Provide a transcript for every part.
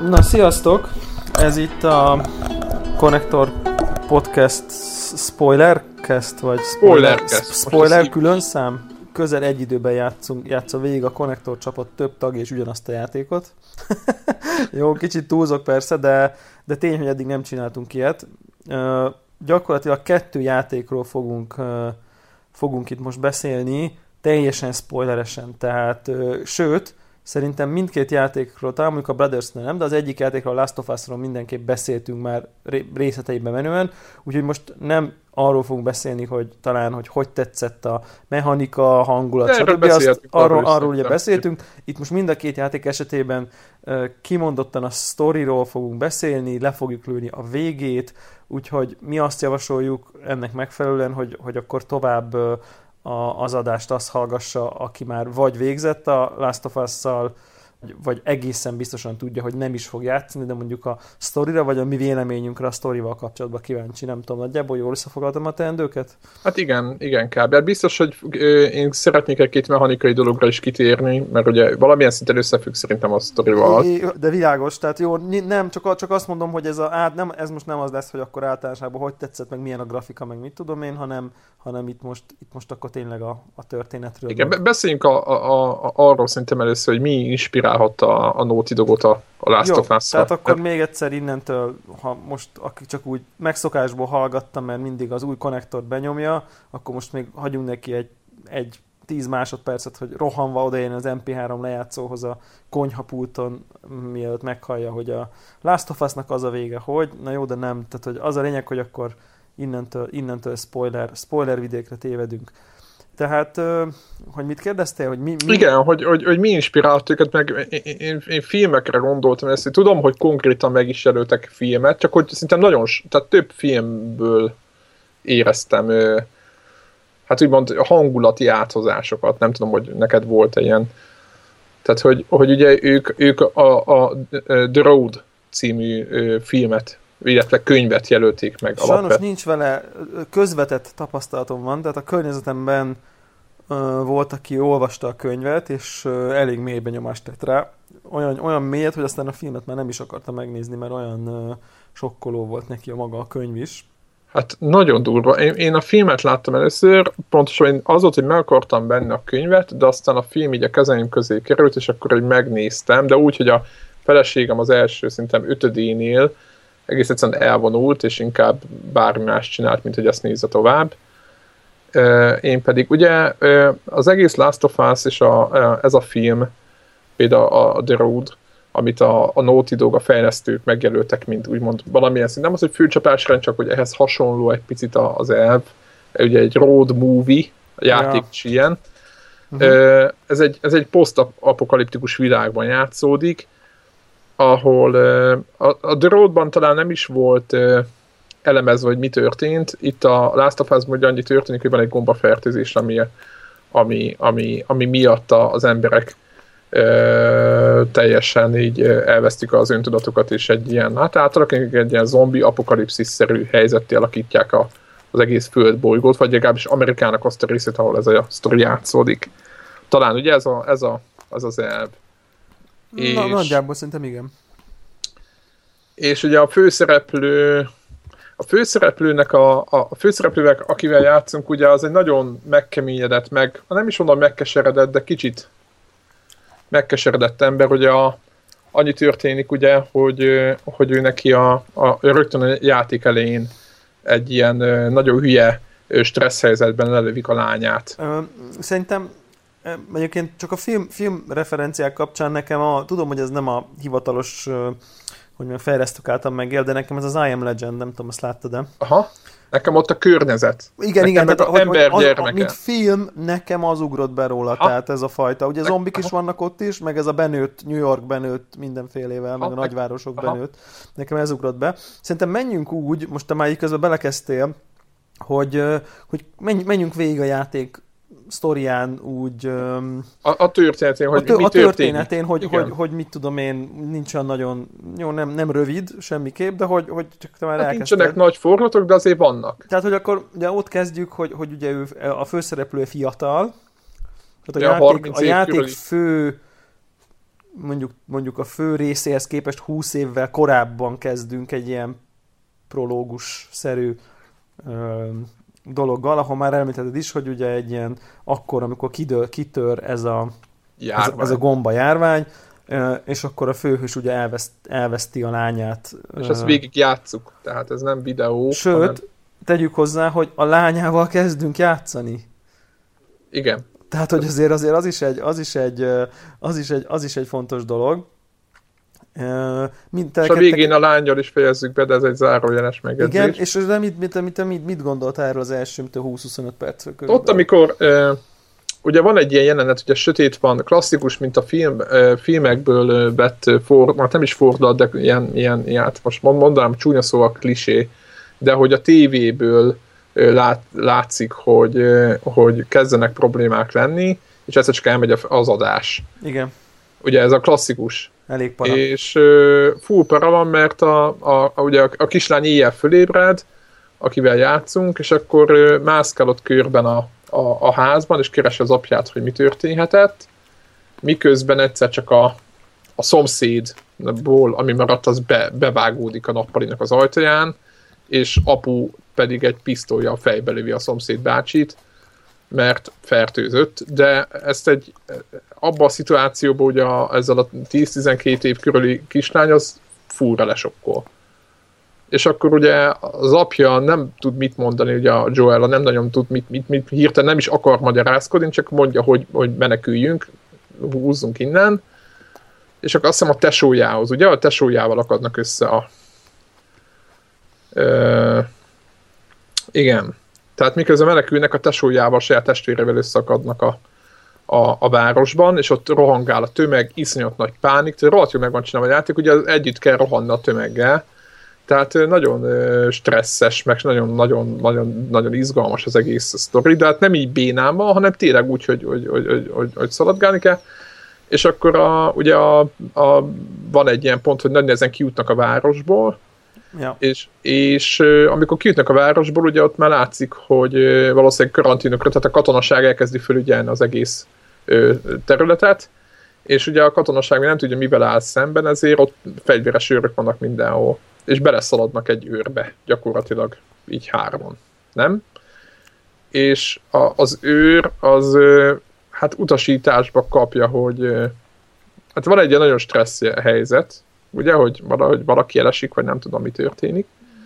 Na, sziasztok! Ez itt a Connector Podcast Spoilercast, vagy Spoiler külön szám. Közel egy időben játszol végig a Connector csapat több tag és ugyanazt a játékot. Jó, kicsit túlzok persze, de tény, hogy eddig nem csináltunk ilyet. Gyakorlatilag 2 játékról fogunk itt most beszélni, teljesen spoileresen, tehát sőt, szerintem mindkét játékról, talán mondjuk a Brothers-nél nem, de az egyik játékról, a Last of Us-ról mindenképp beszéltünk már részleteiben menően, úgyhogy most nem arról fogunk beszélni, hogy tetszett a mechanika, a hangulat, stb. Arról ugye beszéltünk. Itt most mind a két játék esetében kimondottan a sztoriról fogunk beszélni, le fogjuk lőni a végét, úgyhogy mi azt javasoljuk ennek megfelelően, hogy akkor tovább az adást azt hallgassa, aki már vagy végzett a Last of Us-szal, vagy egészen biztosan tudja, hogy nem is fog játszani, de mondjuk a sztorira, vagy a mi véleményünkre a sztorival kapcsolatban kíváncsi. Nem tudom, nagyjából jól összefoglaltam a teendőket? Hát igen, kb. Biztos, hogy én szeretnék egy-két mechanikai dologra is kitérni, mert ugye valamilyen szinten összefügg szerintem a sztorival. De világos, tehát jó, nem, csak azt mondom, hogy ez most nem az lesz, hogy akkor általánosában hogy tetszett, meg milyen a grafika, meg mit tudom én, hanem itt most akkor tényleg a történetről. Igen, beszéljünk arról szerintem először, hogy mi inspirálhatta a Naughty Dogot a Last of Us-szal. Tehát akkor még egyszer innentől, ha most aki csak úgy megszokásból hallgattam, mert mindig az új konnektort benyomja, akkor most még hagyjunk neki egy 10 másodpercet, hogy rohanva odaérjen az MP3 lejátszóhoz a konyhapulton, mielőtt meghallja, hogy a Last of Us-nak az a vége, hogy, na jó, de nem, tehát hogy az a lényeg, hogy akkor innentől spoiler vidékre tévedünk. Tehát, hogy mit kérdeztél? Hogy mi... Igen, hogy mi inspirált őket, meg én filmekre gondoltam ezt, hogy tudom, hogy konkrétan meg is jelöltek filmet, csak hogy szerintem tehát több filmből éreztem hát úgymond hangulati áthozásokat, nem tudom, hogy neked volt ilyen. Tehát, hogy ugye ők a The Road című filmet, illetve könyvet jelölték meg. Sajnos nincs vele, közvetett tapasztalatom van, tehát a környezetemben volt, aki olvasta a könyvet, és elég mély benyomást tett rá. Olyan mélyet, hogy aztán a filmet már nem is akarta megnézni, mert olyan sokkoló volt neki a maga a könyv is. Hát nagyon durva. Én a filmet láttam először, pontosan az volt, hogy meg akartam venni a könyvet, de aztán a film így a kezeim közé került, és akkor így megnéztem, de úgy, hogy a feleségem az első szintem 5-énél egész egyszerűen elvonult, és inkább bármi más csinált, mint hogy ezt nézze tovább. Én pedig, ugye az egész Last of Us és ez a film, például a The Road, amit a Naughty Dog, a fejlesztők megjelöltek, mint úgymond valamilyen szint. Nem az, hogy főcsapásrend, csak hogy ehhez hasonló egy picit az elv. Ugye egy road movie, a játék is ilyen. Ez egy posztapokaliptikus világban játszódik, ahol a The Roadban talán nem is volt elemezve, hogy mi történt. Itt a Last of Us-ban annyi történik, hogy van egy gombafertőzés, ami miatt az emberek teljesen így elvesztik az öntudatukat, és egy ilyen, hát átalakítják egy ilyen zombi apokalipszis-szerű helyzetté alakítják az egész földbolygót, vagy legalábbis Amerikának azt a részét, ahol ez a sztori játszódik. Talán ugye ez az elv. Nagyjából szerintem igen. És ugye a főszereplővel, akivel játszunk, ugye az egy nagyon megkeményedett, nem is mondom megkeseredett, de kicsit megkeseredett ember, ugye annyi történik, ugye, hogy ő neki rögtön a játék elején egy ilyen nagyon hülye stressz helyzetben lelövik a lányát. Szerintem egyébként csak a film referenciák kapcsán nekem tudom, hogy ez nem a hivatalos, hogy a fejlesztők által megél, de nekem ez az I Am Legend, nem tudom, azt láttad-e? Aha, nekem ott a környezet. Igen, tehát mint film, nekem az ugrott be róla, tehát ez a fajta. Ugye zombik is vannak ott is, meg ez a benőtt, New York benőtt mindenfélével, meg a nagyvárosok benőtt. Nekem ez ugrott be. Szerintem menjünk úgy, most te már így közben belekezdtél, hogy menjünk végig a játék sztorián úgy... A történetén, hogy mi történetén, hogy mit tudom én, nincs olyan nagyon... Jó, nem rövid semmiképp, de hogy csak te már elkezdted. Nincsenek nagy fordulatok, de azért vannak. Tehát, hogy akkor ugye ott kezdjük, hogy ugye ő, a főszereplő fiatal, tehát a játék fő mondjuk a fő részéhez képest 20 évvel korábban kezdünk egy ilyen prológus-szerű dologgal, ahol már elmítetted is, hogy ugye egy ilyen akkor, amikor kitör ez a gomba járvány, és akkor a főhős ugye elveszti a lányát. És ezt végig játsszuk, tehát ez nem videó. Sőt, hanem... tegyük hozzá, hogy a lányával kezdünk játszani. Igen. Tehát, hogy azért az is egy fontos dolog. És a végén a lánnyal is fejezzük be, de ez egy zárójeles megjegyzés. Igen, és de mit gondoltál erről az első 20-25 percről körülbelül? Ott, amikor ugye van egy ilyen jelenet, ugye sötét van, klasszikus, mint a filmekből vett nem is fordulat, de ilyen most mondanám csúnya szóval klisé, de hogy a tévéből látszik, hogy kezdenek problémák lenni, és egyszer csak elmegy az adás. Igen. Ugye ez a klasszikus. Elég para. És full para van, mert ugye a kislány éjjel fölébred, akivel játszunk, és akkor mászkál ott körben a házban, és keresi az apját, hogy mi történhetett, miközben egyszer csak a szomszédból, ami maradt, az bevágódik a nappalinak az ajtaján, és apu pedig egy pisztollyal fejbe lövi a szomszéd bácsit, mert fertőzött, de ezt abban a szituációban ugye ezzel a 10-12 év körüli kislány az fúra lesokkol. És akkor ugye az apja nem tud mit mondani, ugye a Joella nem nagyon tud mit hirtelen nem is akar magyarázkodni, csak mondja, hogy meneküljünk, húzzunk innen, és akkor azt hiszem a tesójához, ugye a tesójával akadnak össze igen. Tehát miközben menekülnek, a tesójával, a saját testvérevel összeakadnak a városban, és ott rohangál a tömeg, iszonyat nagy pánik, tehát rohadt jól meg van csinálva a játék, ugye együtt kell rohanni a tömeggel, tehát nagyon stresszes, meg nagyon izgalmas az egész sztori, de hát nem így bénán van, hanem tényleg úgy, hogy szaladgálni kell, és akkor ugye van egy ilyen pont, hogy nagy nehezen kijutnak a városból, ja. És amikor kijutnak a városból, ugye ott már látszik, hogy valószínűleg karanténokra, tehát a katonaság elkezdi felügyelni az egész területet, és ugye a katonaság nem tudja, mivel áll szemben, ezért ott fegyveres őrök vannak mindenhol, és beleszaladnak egy őrbe, gyakorlatilag így hárman, nem? És az őr az hát utasításba kapja, hogy hát van egy ilyen nagyon stressz helyzet, ugye, hogy valaki elesik, vagy nem tudom, mi történik.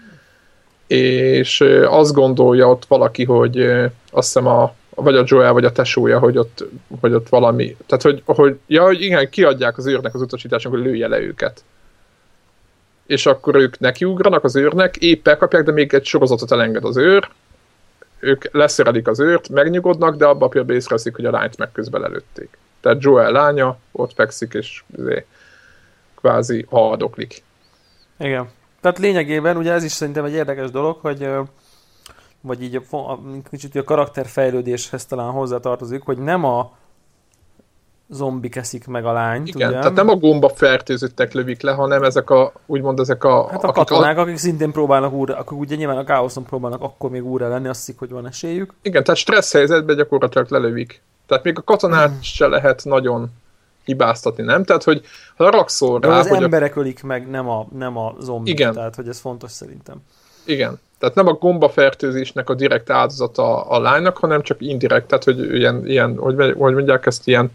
És azt gondolja ott valaki, hogy azt hiszem vagy a Joel, vagy a tesója, hogy ott valami, tehát hogy igen, kiadják az őrnek az utasításnak, hogy lője le őket. És akkor ők nekiugranak az őrnek, épp elkapják, de még egy sorozatot elenged az őr, ők leszerelik az őrt, megnyugodnak, de abban a pillanatban észreveszik, hogy a lányt meg közben lelőtték. Tehát Joel lánya ott fekszik, és kvázi haldoklik. Igen. Tehát lényegében ugye ez is szerintem egy érdekes dolog, hogy vagy így kicsit a karakterfejlődéshez talán hozzátartozik, hogy nem a zombik eszik meg a lányt, igen, ugye? Tehát nem a gomba fertőzöttek lövik le, hanem ezek a Hát a katonák, akik szintén próbálnak újra, akkor ugye nyilván a káoszon próbálnak akkor még újra lenni, azt hiszik, hogy van esélyük. Igen, tehát stressz helyzetben gyakorlatilag lelövik. Tehát még a katonát se lehet nagyon hibáztatni, nem? Tehát, hogy ha rakszol rá... az emberek ölik meg, nem a zombik, igen. Tehát, hogy ez fontos szerintem. Igen. Tehát nem a gombafertőzésnek a direkt áldozata a lánynak, hanem csak indirekt, tehát, hogy ilyen hogy mondják ezt, ilyen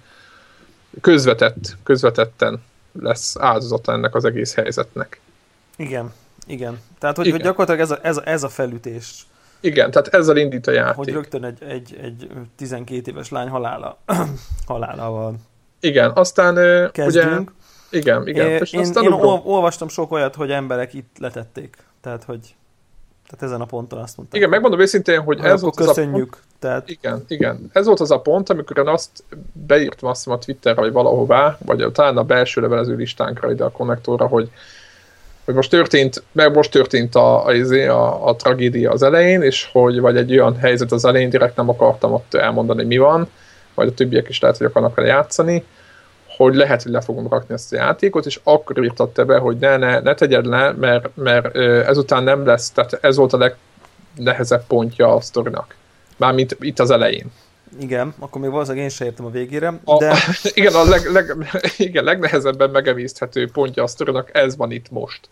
közvetetten lesz áldozata ennek az egész helyzetnek. Igen. Tehát, hogy gyakorlatilag ez a felütés. Igen, tehát ezzel indít a játék. Hogy rögtön egy 12 éves lány halálával igen, aztán kezdünk. Ugye, igen. Én olvastam sok olyat, hogy emberek itt letették. Tehát ezen a ponton azt mondtam. Igen, megmondom őszintén, hogy ez volt köszönjük. Igen. Ez volt az a pont, amikor én azt beírtam azt a Twitterre, vagy valahová, vagy talán a belső levelező listánkra ide a konnektorra, hogy most történt a tragédia az elején, és vagy egy olyan helyzet az elején, direkt nem akartam ott elmondani, mi van, vagy a többiek is lehet, hogy akarnak vele játszani, hogy lehet, hogy le fogom rakni ezt a játékot, és akkor írtad te be, hogy ne tegyed le, mert ezután nem lesz, tehát ez volt a legnehezebb pontja a sztorinak. Mármint itt az elején. Igen, akkor még valószínűleg én sem értem a végére, de... Igen, legnehezebben megemészthető pontja a sztorinak, ez van itt most.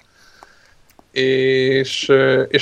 És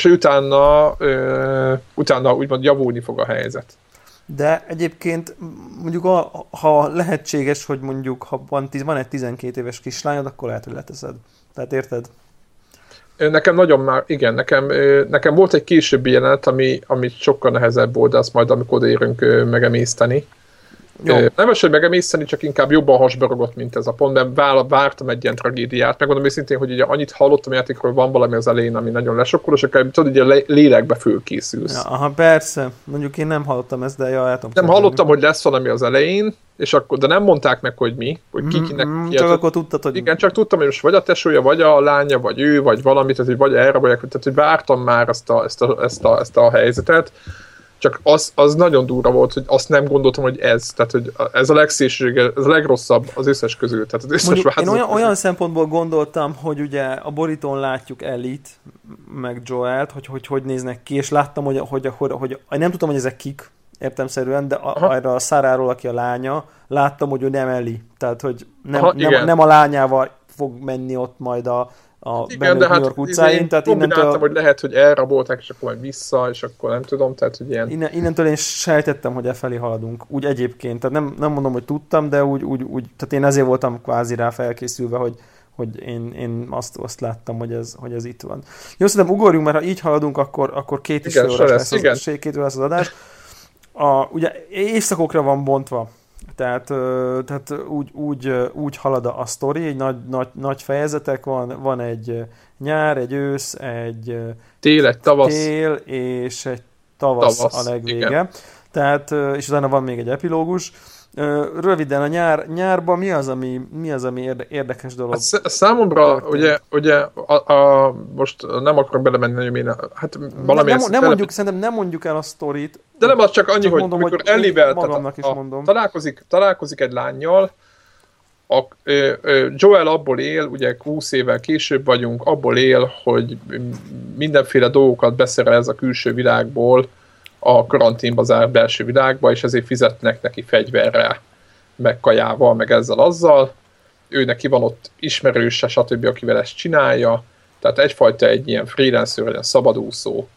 utána úgymond javulni fog a helyzet. De egyébként mondjuk, ha lehetséges, hogy mondjuk, ha van egy 12 éves kislányod, akkor lehet, hogy leteszed. Tehát érted? Nekem nagyon már, igen, nekem volt egy későbbi jelenet, ami sokkal nehezebb volt, de azt majd amikor odaérünk megemészteni. Nem az, hogy megemészteni, csak inkább jobban hasbarogott, mint ez a pont, mert vártam egy ilyen tragédiát. Megmondom őszintén, hogy ugye annyit hallottam a játékról, van valami az elején, ami nagyon lesokkoló, és akkor tudod, ugye lélekbe fölkészülsz. Ja, aha, persze. Mondjuk én nem hallottam ezt, de látom. Nem hallottam, hogy lesz valami az elején, és akkor, de nem mondták meg, hogy mi, hogy kikinek. Csak akkor tudtad, hogy... Igen, csak tudtam, hogy most vagy a tesója, vagy a lánya, vagy ő, vagy valami, tehát hogy vagy erre, vagy tehát hogy vártam már ezt a helyzetet. Csak az nagyon durva volt, hogy azt nem gondoltam, hogy tehát hogy ez a legszélsőséges, ez a legrosszabb az összes közül. Tehát az összes én olyan szempontból gondoltam, hogy ugye a borítón látjuk Ellie-t, meg Joelt, hogy néznek ki, és láttam, hogy nem tudtam, hogy ezek kik, értelemszerűen, de erre a Sarahról, aki a lánya, láttam, hogy ő nem Ellie. Tehát, hogy nem a lányával fog menni ott majd a igen, de New York utcáin, tehát innentől... hogy lehet, hogy elrabolták, és akkor majd vissza, és akkor nem tudom, tehát hogy ilyen... Innentől én sejtettem, hogy felé haladunk, úgy egyébként, tehát nem mondom, hogy tudtam, de úgy tehát én ezért voltam kvázi rá felkészülve, hogy én azt láttam, hogy ez itt van. Jó, szerintem ugorjunk, mert ha így haladunk, akkor 2,5 órás lesz az adás. Ugye éjszakokra van bontva, tehát úgy halad a sztori, egy nagy fejezetek van egy nyár, egy ősz, egy tél és egy tavasz a legvége. Igen. Tehát, és utána van még egy epilógus. Röviden a nyárban mi az, ami érdekes dolog? Számomra, ugye most nem akarom belemenni nagyon mélyen, hát valami... Szerintem nem mondjuk el a sztorit. De nem az csak annyi, hogy mondom, amikor Ellie-vel találkozik egy lánnyal, Joel abból él, ugye 20 évvel később vagyunk, abból él, hogy mindenféle dolgokat beszerez a külső világból, a karanténba zárt belső világba, és ezért fizetnek neki fegyverrel, meg kajával, meg ezzel-azzal. Ő neki van ott ismerőse, stb., akivel ezt csinálja. Tehát egyfajta egy ilyen freelancer, ilyen szabadúszó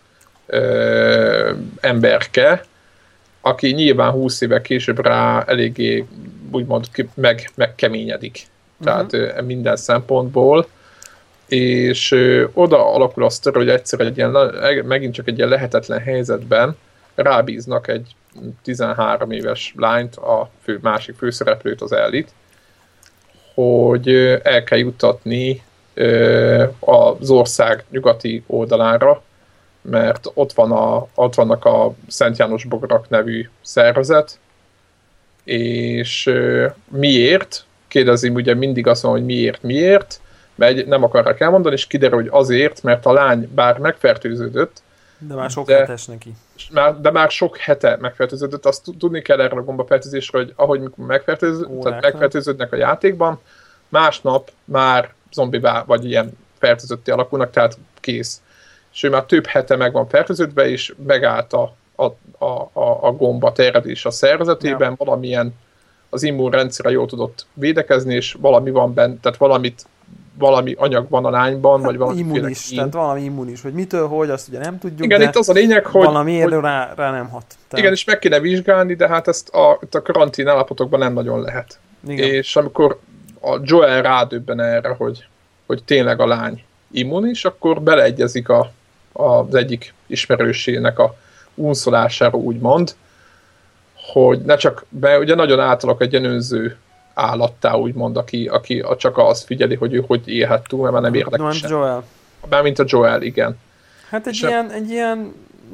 emberke, aki nyilván 20 évvel később rá eléggé úgymond megkeményedik. Tehát minden szempontból. És oda alakul a sztori, hogy egyszer megint csak egy ilyen lehetetlen helyzetben rábíznak egy 13 éves lányt, a másik főszereplőt, az Ellie-t, hogy el kell juttatni az ország nyugati oldalára, mert ott vannak a Szent János Bogarak nevű szervezet, és miért? Kérdezem, ugye mindig azt mondom, hogy miért, mert nem akarják elmondani, és kiderül, hogy azért, mert a lány bár megfertőződött, de már sok hetes neki. De már sok hete megfertőződött. Azt tudni kell erről a gombafertőzésről, hogy ahogy megfertőződnek a játékban, másnap már zombivá vagy ilyen fertőzötté alakulnak, tehát kész. És ő már több hete meg van fertőződve, és megállt a gomba terjedés a szervezetében, valamilyen az immunrendszere jól tudott védekezni, és valami van benne, tehát valami anyag van a lányban, vagy valami immunis, tehát valami immunis, hogy mitől, hogy azt ugye nem tudjuk, igen, de itt az a lényeg, hogy valamiért rá nem hat. Tehát... Igen, és meg kéne vizsgálni, de hát ezt a karantén állapotokban nem nagyon lehet. Igen. És amikor a Joel rádöbben erre, hogy tényleg a lány immunis, akkor beleegyezik az egyik ismerősének a unszolására, úgymond, hogy ne csak, mert ugye nagyon átalak egy önző állattá, úgymond, aki csak azt figyeli, hogy ő hogy élhet túl, mert már nem érdekel sem. Joel. Bármint a Joel, igen. Hát egy ilyen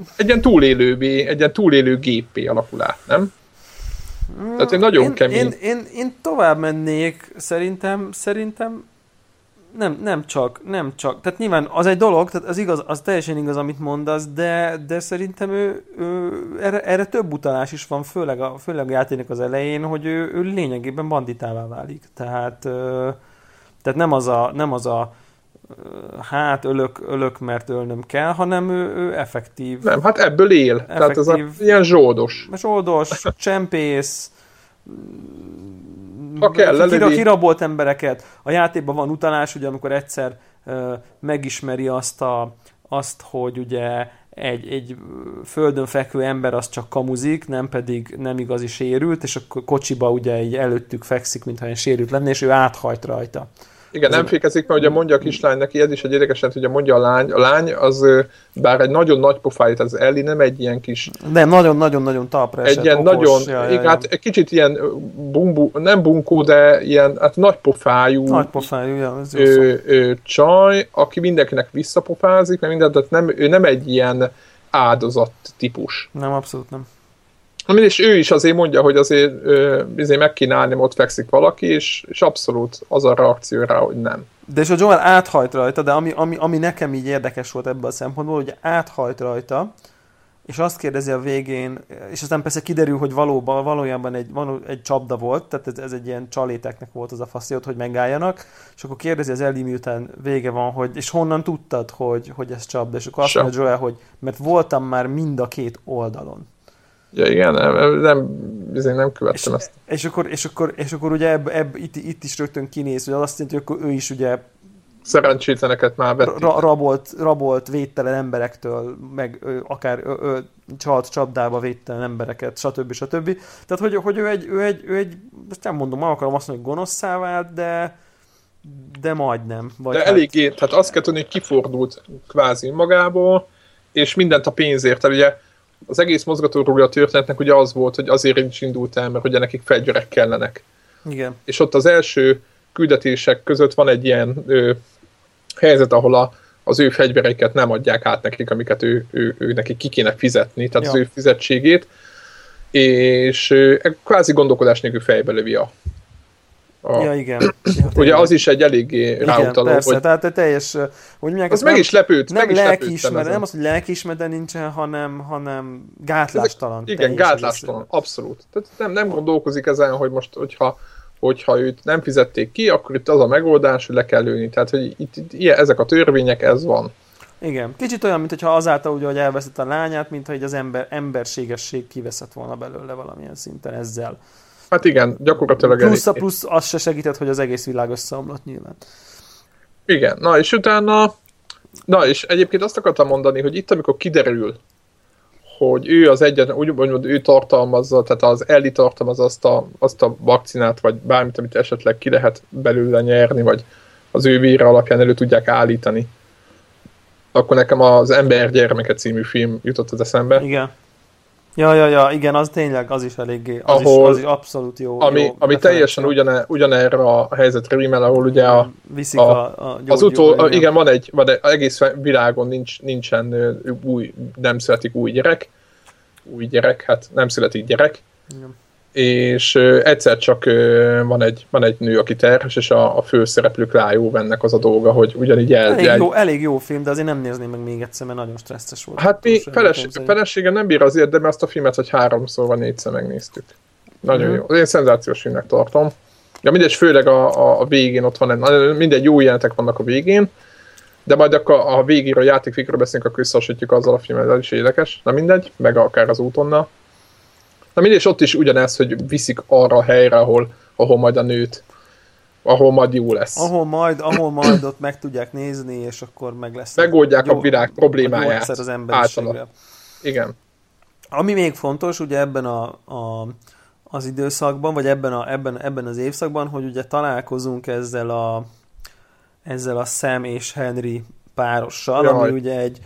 túlélő géppé alakul át, nem? Tehát egy nagyon kemény. Én tovább mennék, szerintem nem csak. Tehát nyilván az egy dolog, tehát az igaz, az teljesen igaz, amit mondasz, de szerintem ő erre több utalás is van, főleg a játéknak az elején, hogy ő lényegében banditává válik. Tehát nem az a hát ölök, mert ölnöm kell, hanem ő effektív. Nem, hát ebből él. Effektív, tehát ez ilyen zsoldos. Zsoldos, csempész, ha kell, kirabolt embereket. A játékban van utalás, ugye, amikor egyszer megismeri azt, hogy ugye egy földön fekvő ember az csak kamuzik, nem pedig nem igazi sérült, és akkor kocsiba ugye így előttük fekszik, mintha ilyen sérült lenne, és ő áthajt rajta. Igen, nem fékezik, mert ugye mondja a kislány neki, ez is egy érdekesen, hogy mondja a lány az bár egy nagyon nagy pofájú, az Ellie nem egy ilyen kis... Nem, nagyon-nagyon talpra esett. Egy ilyen okos, nagyon, hát egy kicsit ilyen nem bunkó, de ilyen hát nagy pofájú, ez csaj, aki mindenkinek visszapofázik, mert mindent, tehát ő nem egy ilyen áldozat típus. Nem, abszolút nem. És ő is azért mondja, hogy azért meg kéne állni, ott fekszik valaki, és abszolút az a reakció rá, hogy nem. De és a Joel áthajt rajta, de ami nekem így érdekes volt ebből a szempontból, hogy áthajt rajta, és azt kérdezi a végén, és aztán persze kiderül, hogy valójában egy csapda volt, tehát ez egy ilyen csaléteknek volt az a fasziót, hogy megálljanak, és akkor kérdezi az Ellie, miután vége van, hogy és honnan tudtad, hogy ez csapda, és akkor azt mondja Joel, hogy mert voltam már mind a két oldalon. Ja igen, nem követtem ezt. És akkor ugye itt is rögtön kinéz, hogy az azt jelenti, hogy akkor ő is ugye szerencsétleneket már vették. Rabolt védtelen emberektől, meg akár csalt csapdába védtelen embereket, stb. Tehát, hogy ő egy ezt nem mondom, nem akarom azt mondani, hogy gonoszszá vált, de majdnem. De hát eléggé, tehát azt kell tudni, hogy kifordult kvázi magából, és mindent a pénzért. Tehát ugye az egész mozgatórugja a történetnek ugye az volt, hogy azért is indult el, mert ugye nekik fegyverek kellenek. Igen. És ott az első küldetések között van egy ilyen helyzet, ahol az ő fegyvereiket nem adják át nekik, amiket ő neki ki kéne fizetni, tehát az ő fizetségét, és kvázi gondolkodás nélkül fejbe lövi Ja, igen. Ugye az is egy eléggé ráutaló. Persze, hogy tehát teljes, hogy mondják, az meg is lepőd. Nem lelkiismeret, nem az, hogy lelkiismeret, de nincsen, hanem gátlástalan. Igen, gátlástalan, abszolút. Tehát nem gondolkozik ezen, hogy most, hogyha őt nem fizették ki, akkor itt az a megoldás, hogy le kell lőni. Tehát, hogy itt ezek a törvények, ez van. Igen. Kicsit olyan, mintha azáltal, ugye, hogy elveszett a lányát, mintha így az emberségesség kiveszett volna belőle valamilyen szinten ezzel. Hát igen, gyakorlatilag plusz az se segített, hogy az egész világ összeomlott nyilván. Igen, és utána és egyébként azt akartam mondani, hogy itt, amikor kiderül, hogy ő az egyetlen, úgymond ő tartalmazza, tehát az Ellie tartalmazza azt a vakcinát, vagy bármit, amit esetleg ki lehet belőle nyerni, vagy az ő vére alapján elő tudják állítani. Akkor nekem az Ember gyermeke című film jutott az eszembe. Igen. Ja, igen, az tényleg, az is eléggé, az is abszolút jó. Ami teljesen ugyanerre a helyzetre rímel, ahol ugye viszik igen, van egy egész világon nincsen nem születik új gyerek, hát nem születik gyerek. Igen. És egyszer csak van egy nő, aki terhes, és a főszereplők rájó ennek az a dolga, hogy ugyanígy elég jó film, de azért nem nézném meg még egyszer, mert nagyon stresszes volt. Hát mi feleségem nem bír azért, de mi azt a filmet, hogy 3-szor vagy 4-szer megnéztük. Nagyon jó. Az én szenzációs filmnek tartom. Ja, mindegy, főleg a végén ott van, mindegy jó jelentek vannak a végén, de majd akkor a végére a játékvégről beszélünk, akkor összehasonlítjuk azzal a filmet, ez is érdekes. Na mindegy, meg akár az útonnal. Na mindegy, ott is ugyanez, hogy viszik arra a helyre, ahol majd a nőt, ahol majd jó lesz. Ahol majd ott meg tudják nézni, és akkor meg lesz. Megoldják a világ problémáját. Az emberiségre. Igen. Ami még fontos, ugye ebben az időszakban, vagy ebben az évszakban, hogy ugye találkozunk ezzel a Sam és Henry párossal, ami ugye egy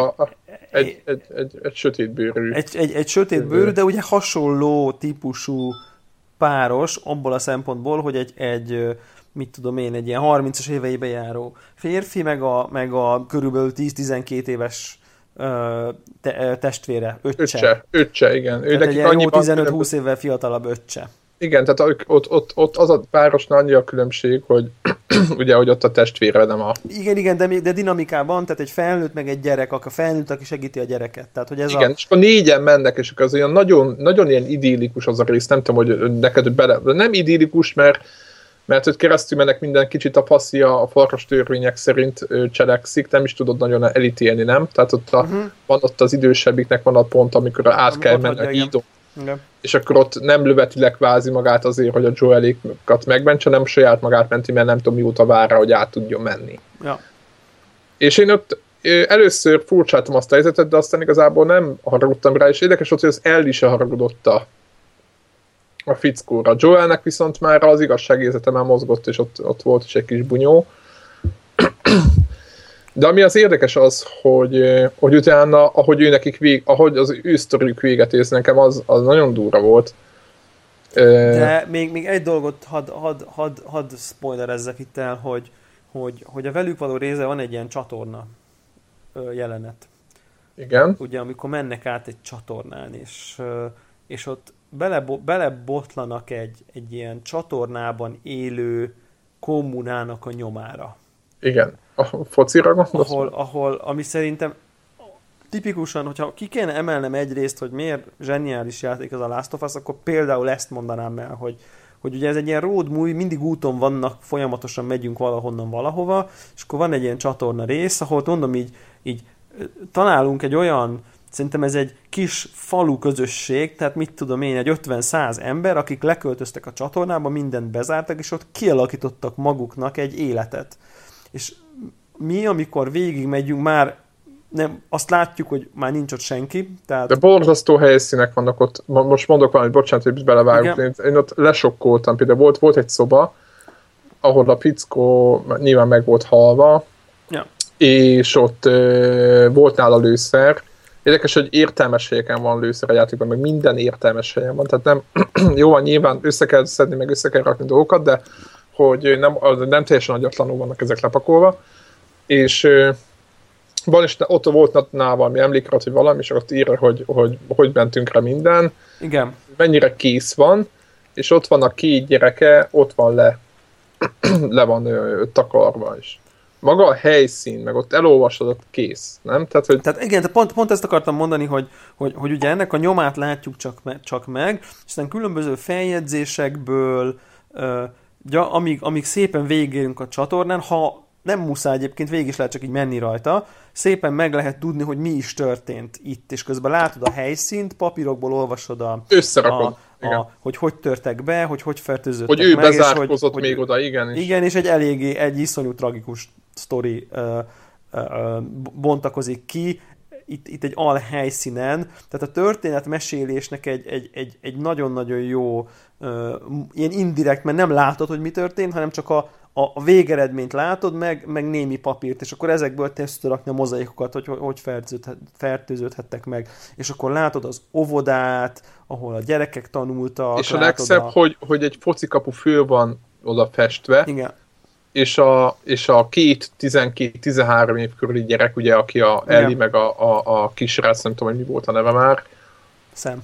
sötétbőrű. Egy sötétbőrű, de ugye hasonló típusú páros, abból a szempontból, hogy egy mit tudom én, egy ilyen 30-as éveibe járó férfi, meg a körülbelül 10-12 éves testvére, öccse, igen. Tehát egy jó 15-20 évvel fiatalabb öccse. Igen, tehát ott az a párosnál annyi a különbség, hogy ugye, hogy ott a testvére nem a... Igen, de dinamikában, tehát egy felnőtt meg egy gyerek, a felnőtt, aki segíti a gyereket. Tehát, hogy ez igen, és akkor 4-en mennek, és akkor az olyan nagyon, nagyon ilyen idillikus az a rész, nem tudom, hogy neked nem idillikus, mert mert hogy keresztül mennek minden kicsit a faszia, a farkas törvények szerint cselekszik, nem is tudod nagyon elítélni, nem? Tehát ott van ott az idősebbiknek van a pont, amikor át kell menni a hídon. És akkor ott nem lövetileg kvázi magát azért, hogy a Joelékat megmentse, nem saját magát menti, mert nem tudom mióta vár rá, hogy át tudjon menni. Ja. És én ott először furcsáltam azt a helyzetet, de aztán igazából nem haragudtam rá, és érdekes volt, hogy az Ellie se haragudott a fickóra. Joelnek viszont már az igazságérzete már mozgott, és ott volt is egy kis bunyó. De ami az érdekes az, hogy utána, ahogy ő nekik ahogy az ő sztoriük véget érsz, nekem az nagyon durva volt. De még egy dolgot hadd spoilerezzek itt el, hogy a velük való része van egy ilyen csatorna jelenet. Igen. Ugye, amikor mennek át egy csatornán, és ott belebotlanak egy ilyen csatornában élő kommunának a nyomára. Igen. A focira gondolsz? Ami szerintem tipikusan, hogyha ki kéne emelnem egyrészt, hogy miért zseniális játék az a Last of Us, akkor például ezt mondanám el, hogy ugye ez egy ilyen road movie, mindig úton vannak, folyamatosan megyünk valahonnan valahova, és akkor van egy ilyen csatorna rész, ahol mondom így találunk egy olyan, szerintem ez egy kis falu közösség, tehát mit tudom én, egy 50-100 ember, akik leköltöztek a csatornába, mindent bezártak, és ott kialakítottak maguknak egy életet. És mi, amikor végig megyünk, már nem, azt látjuk, hogy már nincs ott senki. Tehát... De borzasztó helyszínek vannak ott. Most mondok valamit, bocsánat, hogy belevágok. Én ott lesokkoltam. Például volt egy szoba, ahol a fickó nyilván meg volt halva, ja. És ott volt nála lőszer. Érdekes, hogy értelmes helyeken van lőszer a játékban, meg minden értelmes helyen van. Tehát nem, jó van, nyilván össze kell szedni, meg össze kell rakni dolgokat, de hogy nem teljesen agyatlanul vannak ezek lepakolva. És van is, ott volt nála valami emlékrat, hogy valami, és ott írja, hogy mentünk rá minden. Igen. Mennyire kész van, és ott van a 2 gyereke, ott van le van takarva is. Maga a helyszín, meg ott elolvasod, ott kész, nem? Tehát igen, pont ezt akartam mondani, hogy ugye ennek a nyomát látjuk csak meg, és aztán különböző feljegyzésekből, amíg szépen végigérünk a csatornán, ha nem muszáj egyébként, végig is lehet csak így menni rajta, szépen meg lehet tudni, hogy mi is történt itt, és közben látod a helyszínt, papírokból olvasod hogy törtek be, hogy fertőződtek meg. Hogy ő meg, bezárkozott még oda, igen. Igen, és egy iszonyú tragikus sztori bontakozik ki, itt egy alhelyszínen, tehát a történetmesélésnek egy nagyon-nagyon jó ilyen indirekt, mert nem látod, hogy mi történt, hanem csak a végeredményt látod, meg némi papírt, és akkor ezekből te összerakni a mozaikokat, hogy fertőződhettek meg. És akkor látod az óvodát, ahol a gyerekek tanultak. És a legszebb, hogy egy focikapu föl van oda festve, igen. És a 12-13 év körüli gyerek, ugye, aki a Ellie, meg a kisrác, nem tudom, hogy mi volt a neve már. Sam.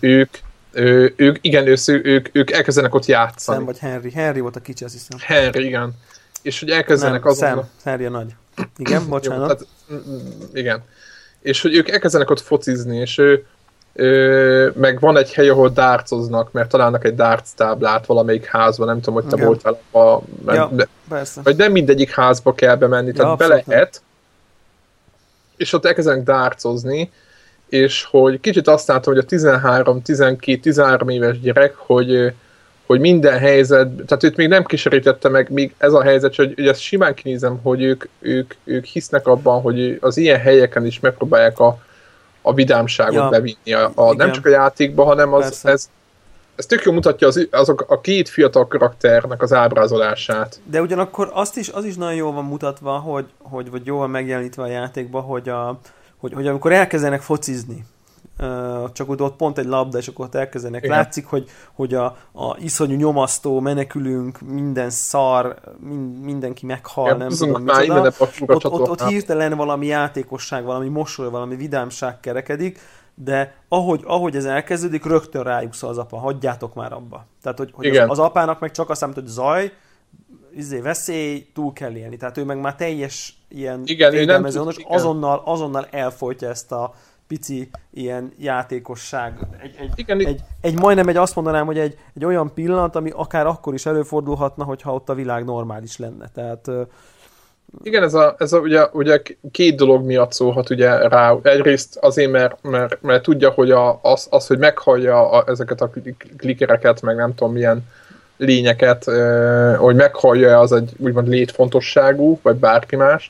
Ők elkezdenek ott játszani. Sam vagy Henry. Henry volt a kicsi, azt hiszem. Henry, igen. És hogy elkezdenek azon... Sam. Henry a nagy. Igen, bocsánat. Jó, igen. És hogy ők elkezdenek ott focizni, és meg van egy hely, ahol dárcoznak, mert találnak egy darts táblát valamelyik házban, nem tudom, hogy te volt vele. Vagy nem mindegyik házba kell bemenni, tehát be lehet, és ott elkezdenek dárcozni, és hogy kicsit azt látom, hogy a 13 éves gyerek, hogy minden helyzet, tehát őt még nem kísérítette meg még ez a helyzet, hogy ezt simán kinézem, hogy ők hisznek abban, hogy az ilyen helyeken is megpróbálják a vidámságot bevinni, nem csak a játékba, hanem ez tök jól mutatja azok a 2 fiatal karakternek az ábrázolását. De ugyanakkor az is nagyon jól van mutatva, vagy jól van megjelenítve a játékban, hogy amikor elkezdenek focizni, csak ott pont egy labda, és akkor ott elkezdenek. Igen. Látszik, hogy a iszonyú nyomasztó, menekülünk, minden szar, mindenki meghal, igen, nem tudom micsoda. Ott hirtelen valami játékosság, valami mosoly, valami vidámság kerekedik, de ahogy ez elkezdődik, rögtön rájuk szól az apa, hagyjátok már abba. Tehát, hogy az apának meg csak azt számít, hogy zaj, veszély, túl kell élni. Tehát ő meg már teljes ilyen védelmező, és azonnal elfolytja ezt a pici ilyen játékosság. Majdnem azt mondanám, hogy egy olyan pillanat, ami akár akkor is előfordulhatna, hogyha ott a világ normális lenne. Tehát... Igen, ez ugye két dolog miatt szólhat ugye rá. Egyrészt azért, mert tudja, hogy az, hogy meghallja ezeket a klikkereket, meg nem tudom milyen lényeket, hogy meghallja, az egy úgymond létfontosságú, vagy bárki más.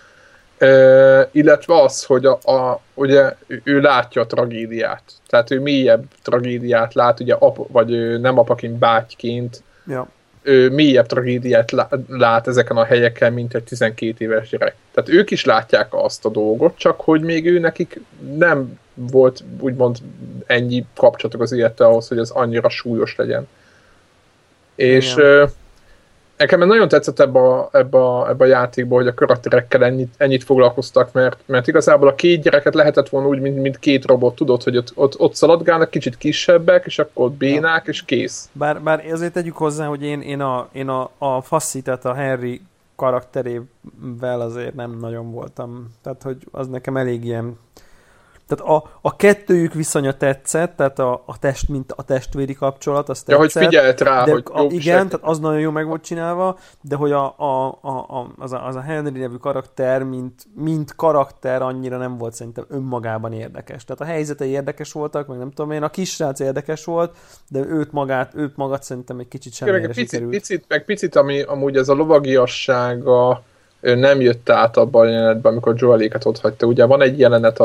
Illetve az, hogy ugye ő látja a tragédiát. Tehát ő mélyebb tragédiát lát, ugye vagy nem apaként, bátyként. Ja. Ő mélyebb tragédiát lát ezeken a helyeken, mint egy 12 éves gyerek. Tehát ők is látják azt a dolgot, csak hogy még ő nekik nem volt úgymond ennyi kapcsolatok az élettel ahhoz, hogy ez annyira súlyos legyen. És nekem nagyon tetszett ebbe a játékban, hogy a karakterekkel ennyit foglalkoztak, mert igazából a két gyereket lehetett volna úgy, mint két robot, tudod, hogy ott szaladgálnak, kicsit kisebbek, és akkor bénák, és kész. Bár ezért tegyük hozzá, hogy én a Fassi, tehát a Henry karakterével azért nem nagyon voltam. Tehát, hogy az nekem elég ilyen... Tehát a kettőjük viszonya tetszett, tehát a testvéri kapcsolat, az tetszett. Ja, hogy figyelt rá, hogy igen, tehát az nagyon jó meg volt csinálva, de hogy az a Henry nevű karakter, mint karakter annyira nem volt szerintem önmagában érdekes. Tehát a helyzetei érdekes voltak, meg nem tudom én, a kisrác érdekes volt, de őt magát szerintem egy kicsit semmire sikerült. Picit, ami amúgy ez a lovagiassága nem jött át abban a jelenetben, amikor Joeléket ott hagyta. Ugye van egy jelenet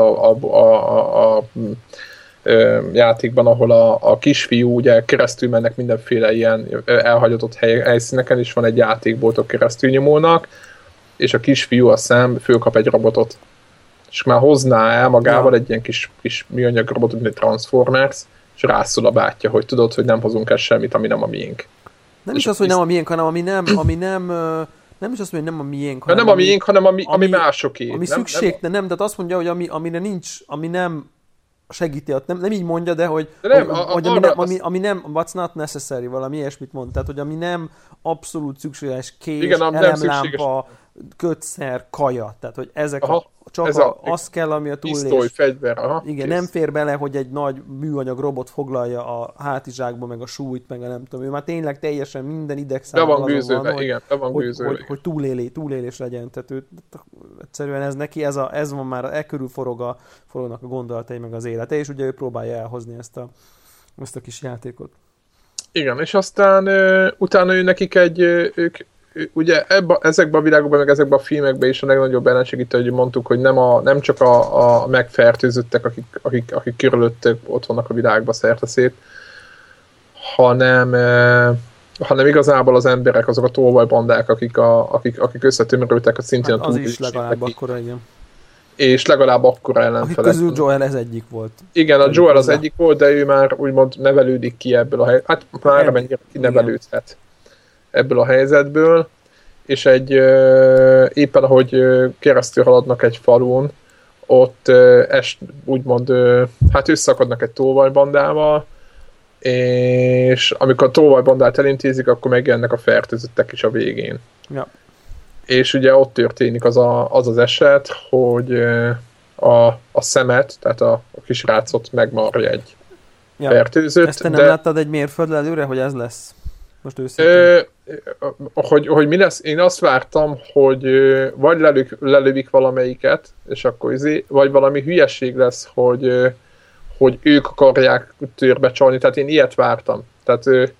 a játékban, ahol a kisfiú ugye keresztül mennek mindenféle ilyen elhagyatott helyszíneken, és van egy játékboltok keresztül nyomulnak, és a kisfiú a szem fölkap egy robotot. És már hozná el magával egy ilyen kis műanyag robotot, mint egy Transformers, és rászól a bátyja, hogy tudod, hogy nem hozunk el semmit, ami nem a miénk. Nem is az, hogy nem a miénk, hanem nem is azt mondja, hogy nem a miénk, hanem nem a miénk, hanem ami másoké. Ami szükség, nem, tehát azt mondja, hogy amire nincs, ami nem segíti, nem így mondja, de hogy ami nem, what's not necessary, valami ilyesmit mond, tehát hogy ami nem abszolút szükséges, kés, elemlámpa, kötszer, kaja, tehát hogy ezek az kell, ami a túlélés. Pisztoly, fegyver, igen, kész. Nem fér bele, hogy egy nagy műanyag robot foglalja a hátizsákba, meg a súlyt, meg a nem tudom, ő már tényleg teljesen minden idegszámmal azon van, hogy túlélés legyen, tehát egyszerűen ez neki, ez van már, körül forognak a gondolatai, meg az élete, és ugye ő próbálja elhozni ezt a kis játékot. Igen, és aztán utána ő nekik ugye ezekben a világokban, meg ezekben a filmekben is a legnagyobb ellensegítő, hogy mondtuk, hogy nem csak a megfertőzöttek, akik körülöttük ott vannak a világban szerte-szét, hanem igazából az emberek, azok a tolvajbandák, akik összetömörültek, hogy szintén hát az is legalább akkora, igen. És legalább akkora ellenfelek. Akik közül Joel ez egyik volt. Igen, a Joel az egyik volt, de ő már úgymond nevelődik ki ebből a helyzetből. Hát már mennyire kinevelődhet ebből a helyzetből, és éppen ahogy keresztül haladnak egy falun, ott úgymond hát összeakadnak egy tolvajbandával, és amikor a tolvajbandát elintézik, akkor megjelennek a fertőzöttek is a végén. Ja. És ugye ott történik az eset, hogy a szemet, tehát a kisrácot megmarja egy fertőzött. Ezt te nem láttad egy mérföldre előre, hogy ez lesz? Most őszintén. Hogy mi lesz? Én azt vártam, hogy vagy lelövik valamelyiket, és akkor vagy valami hülyeség lesz, hogy ők akarják törbe csalni. Tehát én ilyet vártam. Tehát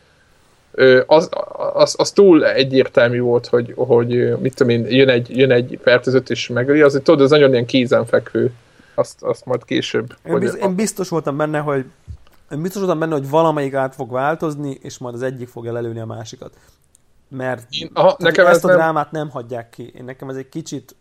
az túl egyértelmű volt, hogy mit tudom én, jön egy fertőzött és megöli, azért tudod, ez nagyon ilyen kézenfekvő. Azt majd később. Én biztos voltam benne, hogy valamelyik át fog változni, és majd az egyik fogja lelőni a másikat. Mert nekem ezt a drámát nem hagyják ki. Nekem ez egy kicsit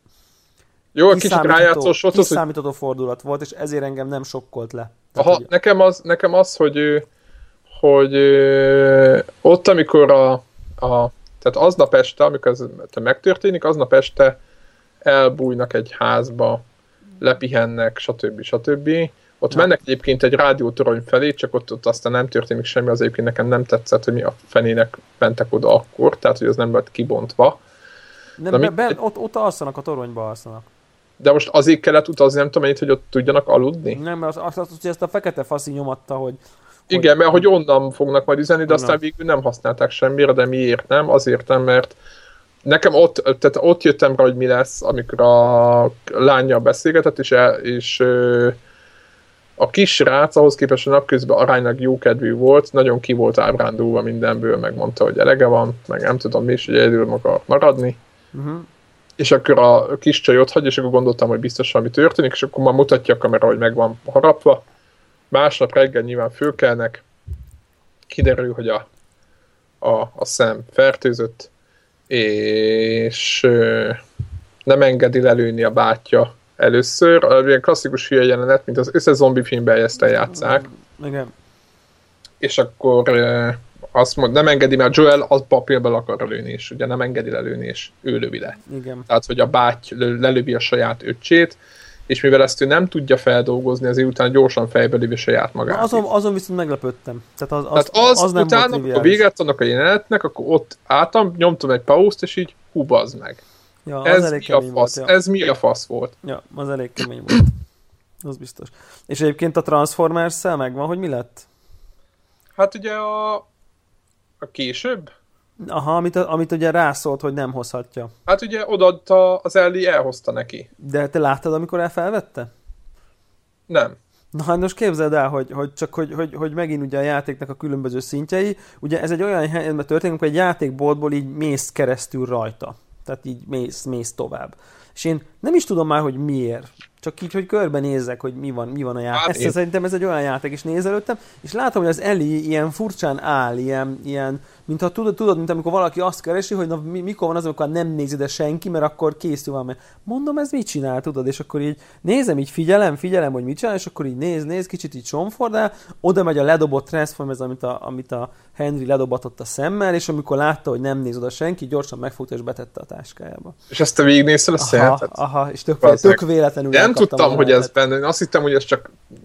kiszámítható fordulat volt, és ezért engem nem sokkolt le. Tehát, nekem az, hogy ott, amikor tehát aznap este, amikor ez megtörténik, aznap este elbújnak egy házba, lepihennek, stb. Ott mennek egyébként egy rádiótorony felé, csak ott aztán nem történik semmi, az egyébként nekem nem tetszett, hogy mi a fenének mentek oda akkor, tehát hogy az nem lett kibontva. Ott alszanak, a toronyba alszanak. De most azért kellett utazni, nem tudom, hogy ott tudjanak aludni? Nem, mert azt ezt a fekete faszi nyomatta, hogy... Igen, mert hogy onnan fognak majd üzenni, de aztán végül nem használták semmire, de miért nem? Azért nem, mert nekem ott jöttem rá, hogy mi lesz, amikor a lánnyal beszélgetett, és a kis srác ahhoz képest a napközben aránylag jókedvű volt, nagyon ki volt ábrándulva mindenből, megmondta, hogy elege van, meg nem tudom mi is, hogy egyedül akar maradni. És akkor a kis csaj ott hagy, és akkor gondoltam, hogy biztos valami történik, és akkor már mutatja a kamera, hogy meg van harapva. Másnap reggel nyilván fölkelnek, kiderül, hogy a szem fertőzött, és nem engedi lelőni a bátyja először. Ilyen klasszikus hülye jelenet, mint az összes zombi filmben ezt eljátszák. Igen. És akkor azt mond, nem engedi, mert Joel az papírban akar lőni, és ugye nem engedi lelőni, és ő lövi le. Igen. Tehát, hogy a báty lelövi a saját öccsét, és mivel ezt ő nem tudja feldolgozni, azért utána gyorsan fejbe lövi saját magát. Azon viszont meglepődtem. Tehát az nem utána, amikor véget annak a jelenetnek, akkor ott álltam, nyomtam egy pauzt, és így húbazd meg. Ja, ez mi a fasz? Volt, ja. Ez mi a fasz volt? Ja, az elég kemény volt. Az biztos. És egyébként a Transformers-szel megvan, hogy mi lett? Hát ugye a később? Aha, amit ugye rászólt, hogy nem hozhatja. Hát ugye odaadta, az Ellie elhozta neki. De te láttad, amikor elfelvette? Nem. Na hát most képzeld el, hogy megint ugye a játéknak a különböző szintjei, ugye ez egy olyan helyzetben történik, hogy egy játékboltból így mész keresztül rajta. Tehát így mész tovább. És én nem is tudom már, hogy miért. Csak így, hogy körbenézzek, hogy mi van a játék. Hát szerintem ez egy olyan játék, és nézelődtem, és látom, hogy az Ellie ilyen furcsán áll, ilyen mintha tudod, mint amikor valaki azt keresi, hogy na, mikor van az, amikor nem néz ide senki, mert akkor készül van. Mondom, ez mit csinál, tudod? És akkor így nézem, így figyelem, hogy mit csinál, és akkor így néz, kicsit így somfordál, oda megy a ledobott Transformers, amit a Henry ledobatott a szemmel, és amikor látta, hogy nem néz oda senki, gyorsan megfogta és betette a táskájába. És ezt te végignéztél a szemet? Aha, és tök véletlenül. Nem tudtam, hogy ez benne. Én azt hittem, hogy ez csak...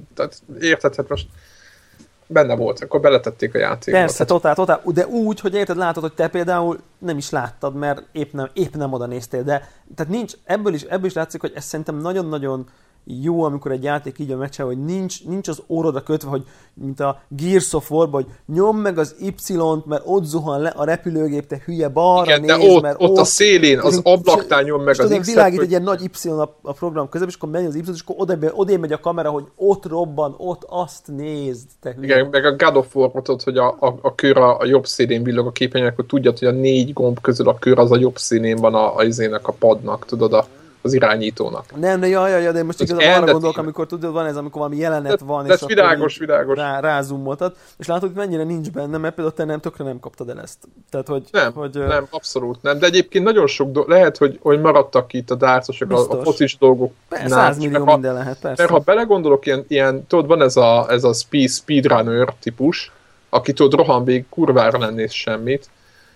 Érted, hát most benne volt, akkor beletették a játékba. Persze, totál. De úgy, hogy érted, látod, hogy te például nem is láttad, mert épp nem oda néztél. De tehát nincs, ebből is látszik, hogy ez szerintem nagyon-nagyon jó, amikor egy játék így van megcsinálva, hogy nincs az orrodra kötve, hogy mint a Gears of War-ban, hogy nyom meg az Y-t, mert ott zuhan le a repülőgép, te hülye balra. Igen, néz, de mert ott a szélén, az ablaknál nyom meg az X-et. Világít egy ilyen nagy Y a program közben, és akkor megy az Y, és akkor oda megy a kamera, hogy ott robban, ott azt nézd, te hülye. Igen, meg a God of War-ban tudod, hogy a kör a jobb szélén villog a képernyőn, akkor tudjad, hogy a 4 gomb közül a kör az a jobb szélén van a padnak, tudod, az irányítónak. Nem, de most igazából arra gondolok, amikor tudod, van ez, amikor valami jelenet van, és világos. Rázumoltad, és látod, hogy mennyire nincs benne, mert például te tökre nem kaptad el ezt. Tehát, nem, abszolút nem. De egyébként nagyon sok lehet, hogy maradtak itt a dárcosok, a focis dolgok. 100 millió minden lehet, persze. Mert ha belegondolok, ilyen tudod, van ez a speedrunner típus, aki tudod, rohan végig, kurvára nem néz semmit.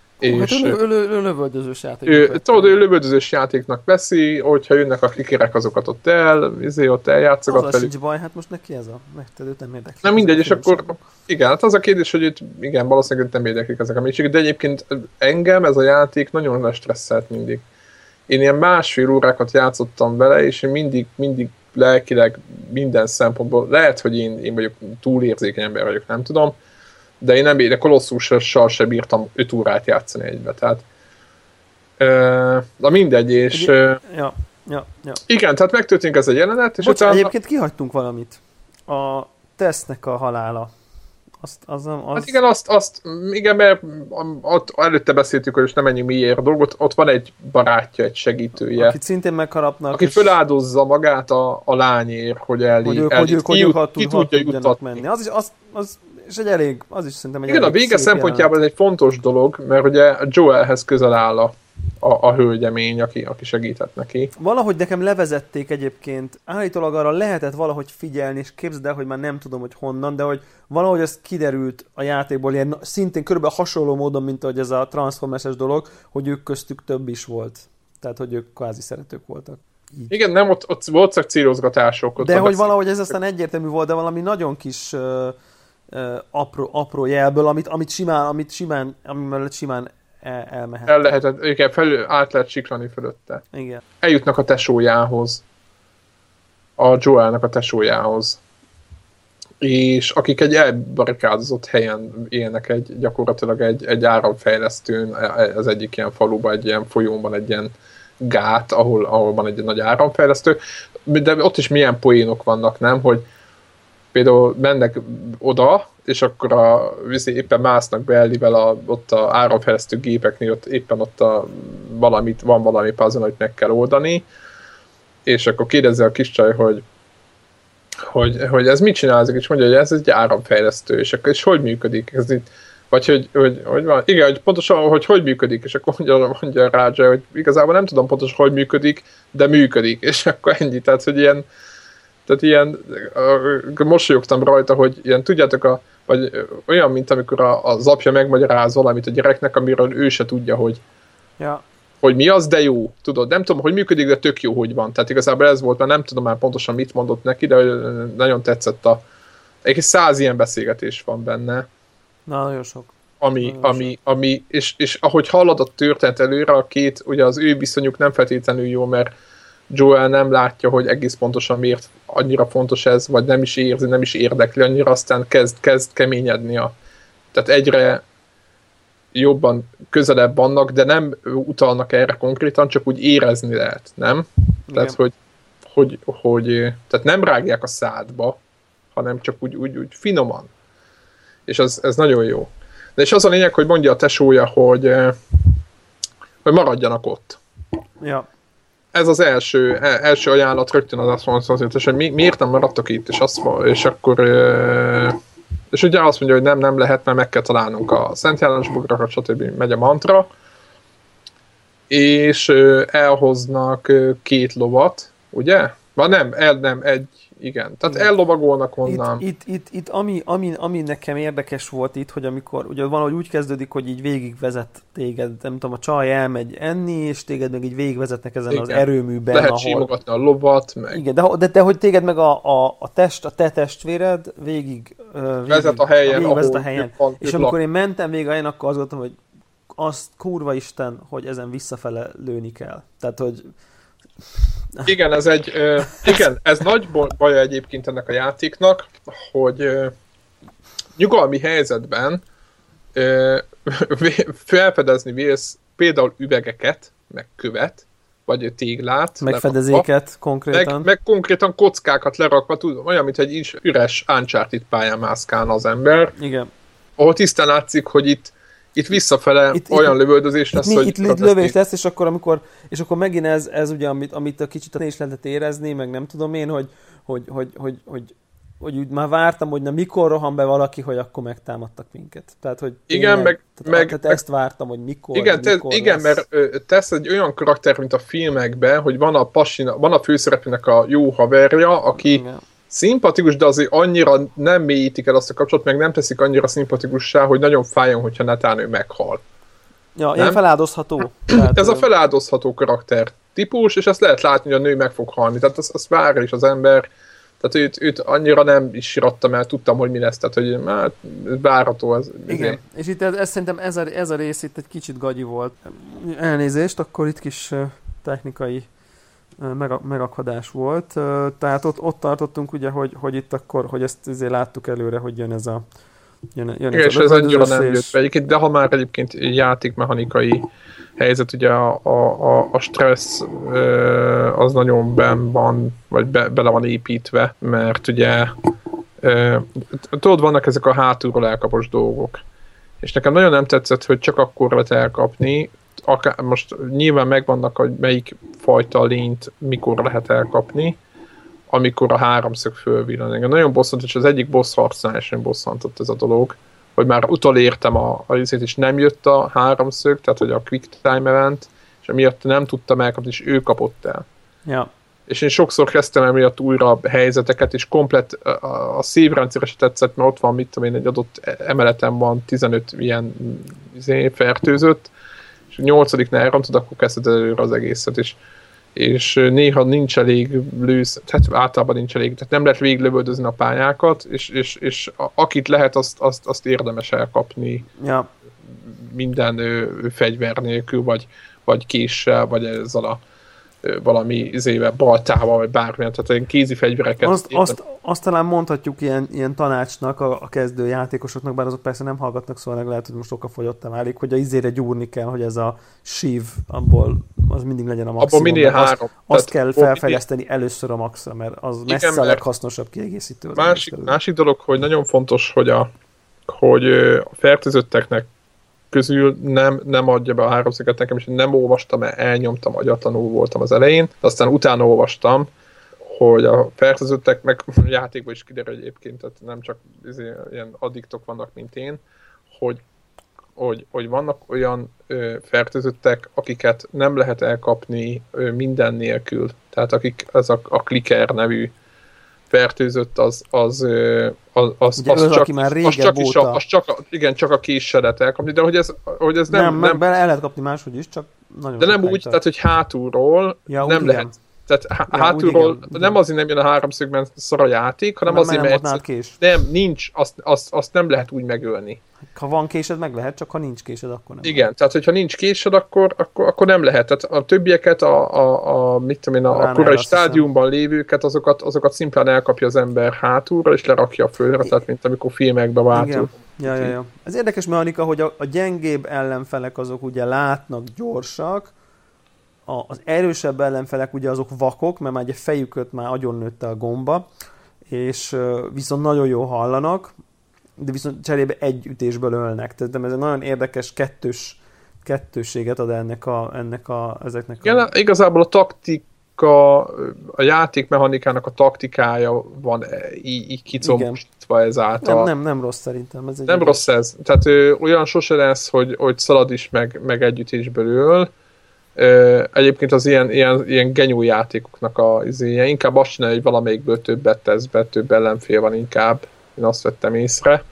És ő lövöldözős játéknak. Ő lövöldözős játéknak veszi, hogyha jönnek a klikérek, azokat ott eljátszogat velük. Az sincs baj, hát most neki ez neked őt nem érdekli. Nem mindegy, és akkor igen, hát az a kérdés, hogy igen, valószínűleg nem érdeklik ezek a mélységek, de egyébként engem ez a játék nagyon lestresszelt mindig. Én ilyen 1,5 órákat játszottam vele, és én mindig lelkileg minden szempontból, lehet, hogy én vagyok túlérzékeny ember vagyok, nem tudom, de én de Colossussal sem bírtam 5 órát játszani egybe, tehát de mindegy, és ja. Igen, tehát megtörténik ez a jelenet, és utána... Egyébként kihagytunk valamit. A Tessnek a halála. Hát igen, mert ott előtte beszéltük, hogy most nem ennyi miért dolgot, ott van egy barátja, egy segítője. Akit szintén megharapnak. Aki feláldozza magát a lányért, hogy ki tudja juttatni. És egy elég, az is szerintem egy igen, a vége szempontjából ez egy fontos dolog, mert ugye Joelhez közel áll a hölgyemény, aki segített neki. Valahogy nekem levezették egyébként, állítólag arra lehetett valahogy figyelni, és képzeld el, hogy már nem tudom, hogy honnan, de hogy valahogy ez kiderült a játékból, ilyen szintén körülbelül hasonló módon, mint ahogy ez a Transformers-es dolog, hogy ők köztük több is volt. Tehát, hogy ők kvázi szeretők voltak. Így. Igen, nem, ott volt csak célozgatások. De hogy valahogy ez aztán egyértelmű volt, de valami nagyon kis apró jelből, amit simán elmehet. El lehetett, át lehet siklani fölötte. Igen. Eljutnak a tesójához. a Joelnek a tesójához. És akik egy elbarikádozott helyen élnek gyakorlatilag egy áramfejlesztőn, az egyik ilyen faluban, egy ilyen folyóban, egy ilyen gát, ahol van egy nagy áramfejlesztő, de ott is milyen poénok vannak, nem? Hogy például mennek oda, és akkor éppen másznak be Ellivel ott a áramfejlesztő gépeknél, éppen ott van valami puzzle, amit meg kell oldani, és akkor kérdezze a kis csaj, hogy ez mit csinál, és mondja, hogy ez egy áramfejlesztő, és akkor és hogy működik? Ez itt, vagy hogy van? Igen, hogy pontosan, hogy működik, és akkor mondja Raja, hogy igazából nem tudom pontosan, hogy működik, de működik, és akkor ennyi, tehát ilyen mosolyogtam rajta, hogy ilyen, tudjátok, vagy olyan, mint amikor az apja megmagyaráz valamit a gyereknek, amiről ő se tudja, hogy mi az, de jó, tudod, nem tudom, hogy működik, de tök jó, hogy van. Tehát igazából ez volt, mert nem tudom már pontosan mit mondott neki, de nagyon tetszett egy 100 ilyen beszélgetés van benne. Na, nagyon sok. Ami és ahogy hallod a történet előre, a két, ugye az ő viszonyuk nem feltétlenül jó, mert Joel nem látja, hogy egész pontosan miért annyira fontos ez, vagy nem is érzi, nem is érdekli annyira, aztán kezd keményedni. Tehát egyre jobban közelebb vannak, de nem utalnak erre konkrétan, csak úgy érezni lehet, nem? Igen. Tehát, hogy tehát nem rágják a szádba, hanem csak úgy finoman. És ez nagyon jó. De és az a lényeg, hogy mondja a tesója, hogy maradjanak ott. Ja. Ez az első ajánlat, rögtön azt mondja, hogy miért nem maradtak itt, és akkor és ugye azt mondja, hogy nem lehet, mert meg kell találnunk a Szent János bograkat, stb. Megy a mantra, és elhoznak 2 lovat, ugye? Igen. Tehát ellovagolnak onnan. Itt ami nekem érdekes volt itt, hogy amikor ugye valahogy úgy kezdődik, hogy így végigvezet téged, nem tudom, a csaj elmegy enni, és téged meg így végigvezetnek ezen az erőműben. Lehet símogatni a lovat, meg... Igen, de hogy téged meg a te testvéred végig vezet a helyen, és amikor én mentem végig a helyen, akkor azt gondoltam, hogy azt kurva Isten, hogy ezen visszafele lőni kell. Tehát, hogy igen, ez nagy baja egyébként ennek a játéknak, hogy nyugalmi helyzetben felfedezni vélsz például üvegeket, meg követ, vagy téglát. Megfedezéket konkrétan. Meg konkrétan kockákat lerakva, olyan, mint egy üres Uncharted pályán mászkálna az ember. Igen. Ahol tisztán látszik, hogy itt visszafele olyan lövöldözés lesz, hogy... Itt lövés lesz, és akkor megint ez ugye, amit a kicsit is lehetett érezni, meg nem tudom én, hogy úgy már vártam, hogy na mikor rohan be valaki, hogy akkor megtámadtak minket. Tehát, hogy igen, tehát ezt vártam, hogy mikor. Igen, mert tesz egy olyan karakter, mint a filmekben, hogy van a főszereplőnek a jó haverja, aki igen. Szimpatikus, de azért annyira nem mélyítik el azt a kapcsolatot, meg nem teszik annyira szimpatikussá, hogy nagyon fájjon, hogyha netán ő meghal. Ja, ilyen feláldozható. Ez a feláldozható karakter típus, és ezt lehet látni, hogy a nő meg fog halni. Tehát azt várja is az ember. Tehát őt annyira nem is sírattam, mert tudtam, hogy mi lesz. Tehát, hogy már várható ez. Igen, és itt szerintem ez a rész itt egy kicsit gagyi volt. Elnézést, akkor itt kis technikai megakadás volt. Tehát ott tartottunk ugye, hogy itt akkor, hogy ezt azért láttuk előre, hogy jön ez a igen, és ez annyira nem jött be egyébként, de ha már egyébként játékmechanikai helyzet, ugye a stressz az nagyon benn van, vagy bele van építve, mert ugye tudod, vannak ezek a hátulról elkapos dolgok. És nekem nagyon nem tetszett, hogy csak akkor lehet elkapni, most nyilván megvannak, hogy melyik fajta lényt mikor lehet elkapni, amikor a háromszög fölvillan. Engem nagyon bosszant, és az egyik boss harcnál is nagyon bosszantott ez a dolog, hogy már utolértem a részét, és nem jött a háromszög, tehát hogy a quick time event, és emiatt nem tudtam elkapni, és ő kapott el. Ja. És én sokszor kezdtem emiatt újra helyzeteket, és komplet a szívrendszer se tetszett, mert ott van, mit tudom én, egy adott emeleten van 15 ilyen fertőzött, és a 8-nál elrontod, akkor kezdted előre az egészet, és néha nincs elég lősz, tehát általában nincs elég, tehát nem lehet végiglövöldözni a pályákat, és akit lehet, azt érdemes elkapni ja. Minden fegyver nélkül, vagy késsel, vagy ezzel valami izével, baltával, vagy bármilyen, tehát ilyen kézi fegyvereket. Azt talán mondhatjuk ilyen tanácsnak a kezdő játékosoknak, bár azok persze nem hallgatnak, szóval lehet, hogy most okafogyottá válik, hogy a izére gyúrni kell, hogy ez a sív, abból az mindig legyen a maximum. Abból minél 3. Azt kell felfejleszteni először a maxra, mert az messze a leghasznosabb kiegészítő. Másik dolog, hogy nagyon fontos, hogy a fertőzötteknek közül nem adja be a 3 sziget nekem, és nem olvastam, mert elnyomtam, agyatlanul voltam az elején, de aztán utána olvastam, hogy a fertőzöttek, meg játékban is kiderül egyébként, tehát nem csak ilyen addiktok vannak, mint én, hogy vannak olyan fertőzöttek, akiket nem lehet elkapni minden nélkül. Tehát akik ez a clicker nevű fertőzött, az csak a késszedet elkapni, de hogy ez nem el lehet kapni máshogy is, csak nagyon de nem úgy, tehát hogy hátulról nem lehet. Tehát hátulról nem azért nem jön a 3-szögben szar a játék, hanem azért, mert nincs, azt nem lehet úgy megölni. Ha van késed, meg lehet, csak ha nincs késed, akkor nem. Igen, tehát hogyha nincs késed, akkor nem lehet. Tehát a többieket, mit tudom én, a korai stádiumban lévőket, azokat szimplán elkapja az ember hátulra, és lerakja a földre, tehát mint amikor filmekben váltul. Ja. Ez érdekes mechanika, hogy a gyengébb ellenfelek azok ugye látnak, gyorsak, az erősebb ellenfelek ugye azok vakok, mert már egy fejüket már agyon nőtte a gomba, és viszont nagyon jól hallanak, de viszont cserébe egy ütésből ölnek. Tehát ez egy nagyon érdekes kettősséget ad ezeknek igen, igazából a taktika, a játékmechanikának a taktikája van így kicombosítva ezáltal. Nem rossz szerintem. Nem rossz ez. Tehát olyan sose lesz, hogy szalad is meg egy ütésből öl. Egyébként az ilyen genyó játékoknak inkább azt csinálja, hogy valamelyikből többet tesz be, több ellenfél van inkább. Én azt vettem észre.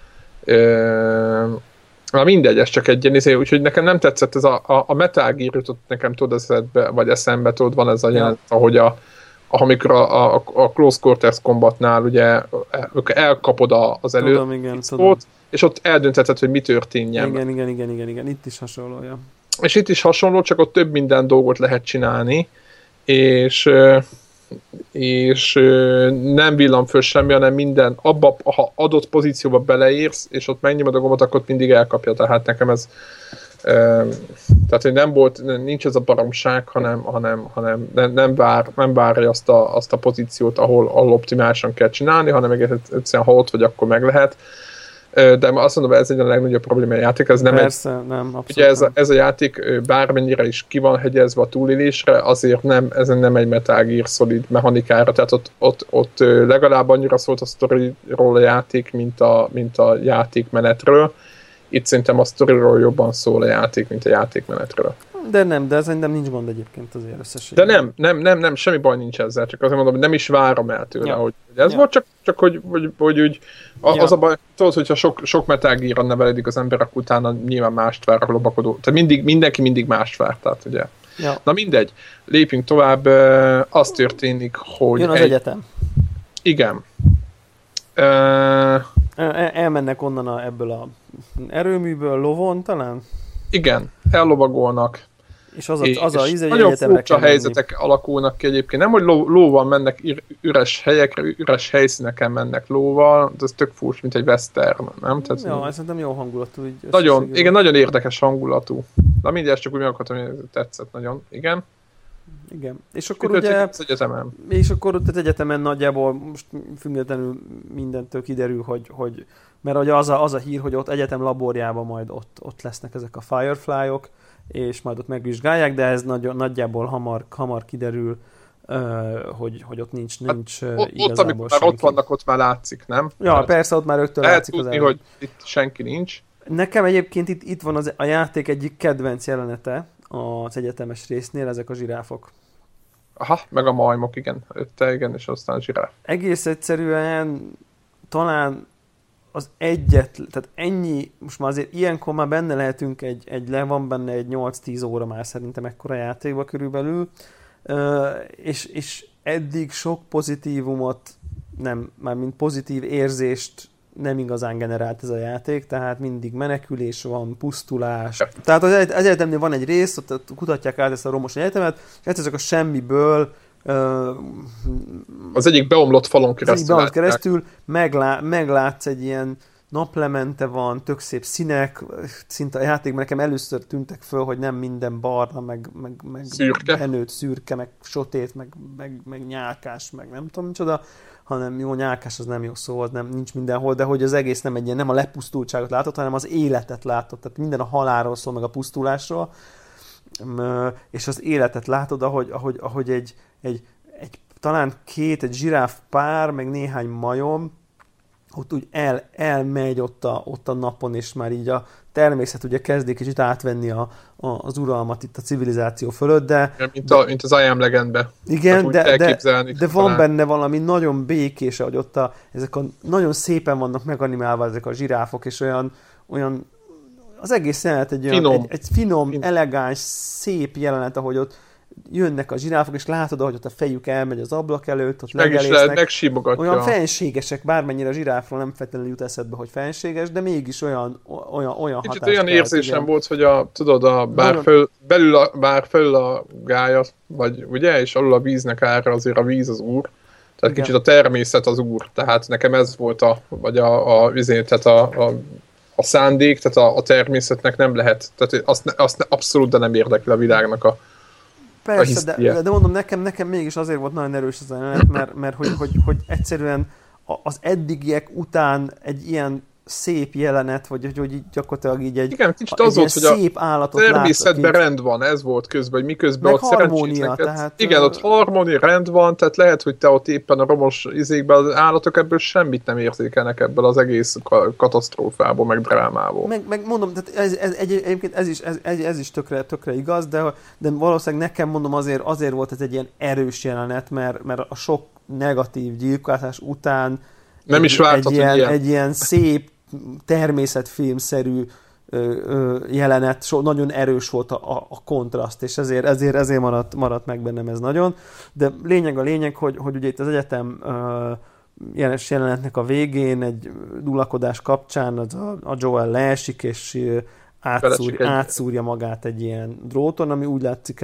Mindegy, ez csak egy ilyen úgyhogy nekem nem tetszett ez a Metal Gear jutott nekem vagy eszembe van ez a jelenet, ahogy amikor a Close Quarters Combatnál ugye elkapod az előszót, és ott eldöntheted, hogy mi történjen. Igen, itt is hasonló, ja. És itt is hasonló, csak ott több minden dolgot lehet csinálni, és nem villan föl semmi, hanem minden, ha adott pozícióba beleérsz, és ott megnyomod a gombot, akkor mindig elkapja. Tehát nekem ez tehát, hogy nincs ez a baromság, hanem nem várja azt a pozíciót, ahol optimálisan kell csinálni, hanem egyszerűen ha ott vagy, akkor meg lehet. De azt mondom, ez egy a legnagyobb probléma a játék. Ez nem nem, ugye ez a játék bármennyire is ki van hegyezve a túlélésre, azért ezen nem egy Metal Gear Solid mechanikára, tehát ott legalább annyira szólt a sztoriról a játék, mint a játékmenetről. Itt szerintem a sztoriról jobban szól a játék, mint a játékmenetről. De szerintem nincs gond egyébként azért összességében. De nem, semmi baj nincs ezzel, csak azért mondom, hogy nem is várom el tőle, hogy ez volt, csak hogy úgy, az a baj, tudod, hogyha sok Metal Gear-ra neveledik az ember, akkor utána nyilván mást vár a lobakodó. Tehát mindenki mindig mást vár, tehát ugye. Ja. Na mindegy, lépjünk tovább, az történik, hogy... Jön az egyetem. Igen. Elmennek onnan ebből a erőműből, lovon talán? Igen, ellovagolnak. És nagyon furcsa helyzetek alakulnak ki egyébként. Nem, hogy lóval mennek üres helyekre, üres helyszíneken mennek lóval, de ez tök furcsa, mint egy western, nem? Tehát, ez szerintem jó hangulatú. Nagyon érdekes hangulatú. Na mindjárt csak úgy meg akartam, hogy tetszett nagyon. Igen. És akkor ott az egyetemen nagyjából most függetlenül mindentől kiderül, hogy mert ugye az a hír, hogy ott egyetem laborjában majd ott lesznek ezek a Firefly-ok, és majd ott megvizsgálják, de ez nagyjából hamar kiderül, hogy ott nincs igazából amikor már ott vannak, ott már látszik, nem? Ja, tehát persze, ott már rögtön látszik tudni, hogy itt senki nincs. Nekem egyébként itt van a játék egyik kedvenc jelenete az egyetemes résznél, ezek a zsiráfok. Aha, meg a majmok, igen. Igen, és aztán a zsiráf. Egész egyszerűen talán az tehát ennyi, most már azért ilyenkor már benne lehetünk, van benne egy 8-10 óra már szerintem ekkora játékba körülbelül, és eddig sok pozitívumot, mármint pozitív érzést nem igazán generált ez a játék, tehát mindig menekülés van, pusztulás. Tehát az egyetemnél van egy rész, ott kutatják át ezt a romos egyetemet, és egyszer csak a semmiből az egyik beomlott falon keresztül, meglátsz egy ilyen naplemente van, tök szép színek, szinte a játékban nekem először tűntek föl, hogy nem minden barna, meg benőtt szürke, meg sötét, meg nyálkás, meg nem tudom micsoda, hanem jó, nyálkás az nem jó szó, az nincs mindenhol, de hogy az egész nem egy ilyen, nem a lepusztultságot látod, hanem az életet látod, tehát minden a halálról szól, meg a pusztulásról, és az életet látod, ahogy egy talán egy zsiráf pár, meg néhány majom, ott úgy elmegy ott a napon, és már így a természet ugye kezdik kicsit átvenni az uralmat itt a civilizáció fölött, de... Mint az I Am Legendben. Igen, de van benne valami nagyon békés, hogy ott ezek nagyon szépen vannak meganimálva ezek a zsiráfok, és olyan az egész jelenet egy finom, elegáns, szép jelenet, ahogy ott jönnek a zsiráfok, és látod, ahogy ott a fejük elmegy az ablak előtt, ott legelésznek. Megsímogatja. Olyan fenségesek, bármennyire a zsiráfról nem feltétlenül jut eszedbe, hogy fenséges, de mégis olyan hatást. Kicsit olyan érzésem volt, hogy bár fölül a gája, vagy ugye, és alul a víznek ára azért a víz az úr. Tehát igen. Kicsit a természet az úr. Tehát nekem ez volt a szándék, tehát a természetnek nem lehet. Tehát azt abszolút nem érdekli a világnak Persze, de mondom, nekem mégis azért volt nagyon erős az jelenet, mert hogy egyszerűen az eddigiek után egy ilyen szép jelenet, vagy hogy így gyakorlatilag így egy, igen, kicsit az volt, hogy szép állatot látok. Természetben rend van, ez volt közben, hogy miközben meg ott harmónia, tehát... Igen, ott harmónia, rend van, tehát lehet, hogy te ott éppen a romos izékben az állatok ebből semmit nem érzékelnek ebből az egész katasztrófából, meg drámából. Meg mondom, tehát egyébként ez is tökre igaz, de valószínűleg nekem mondom azért volt ez egy ilyen erős jelenet, mert a sok negatív gyilkolás után nem is vártad, egy ilyen szép természetfilmszerű jelenet, nagyon erős volt a kontraszt, és ezért maradt meg bennem ez nagyon. De lényeg, hogy ugye itt az egyetem jelenetnek a végén egy dulakodás kapcsán a Joel leesik, és átszúrja magát egy ilyen dróton, ami úgy látszik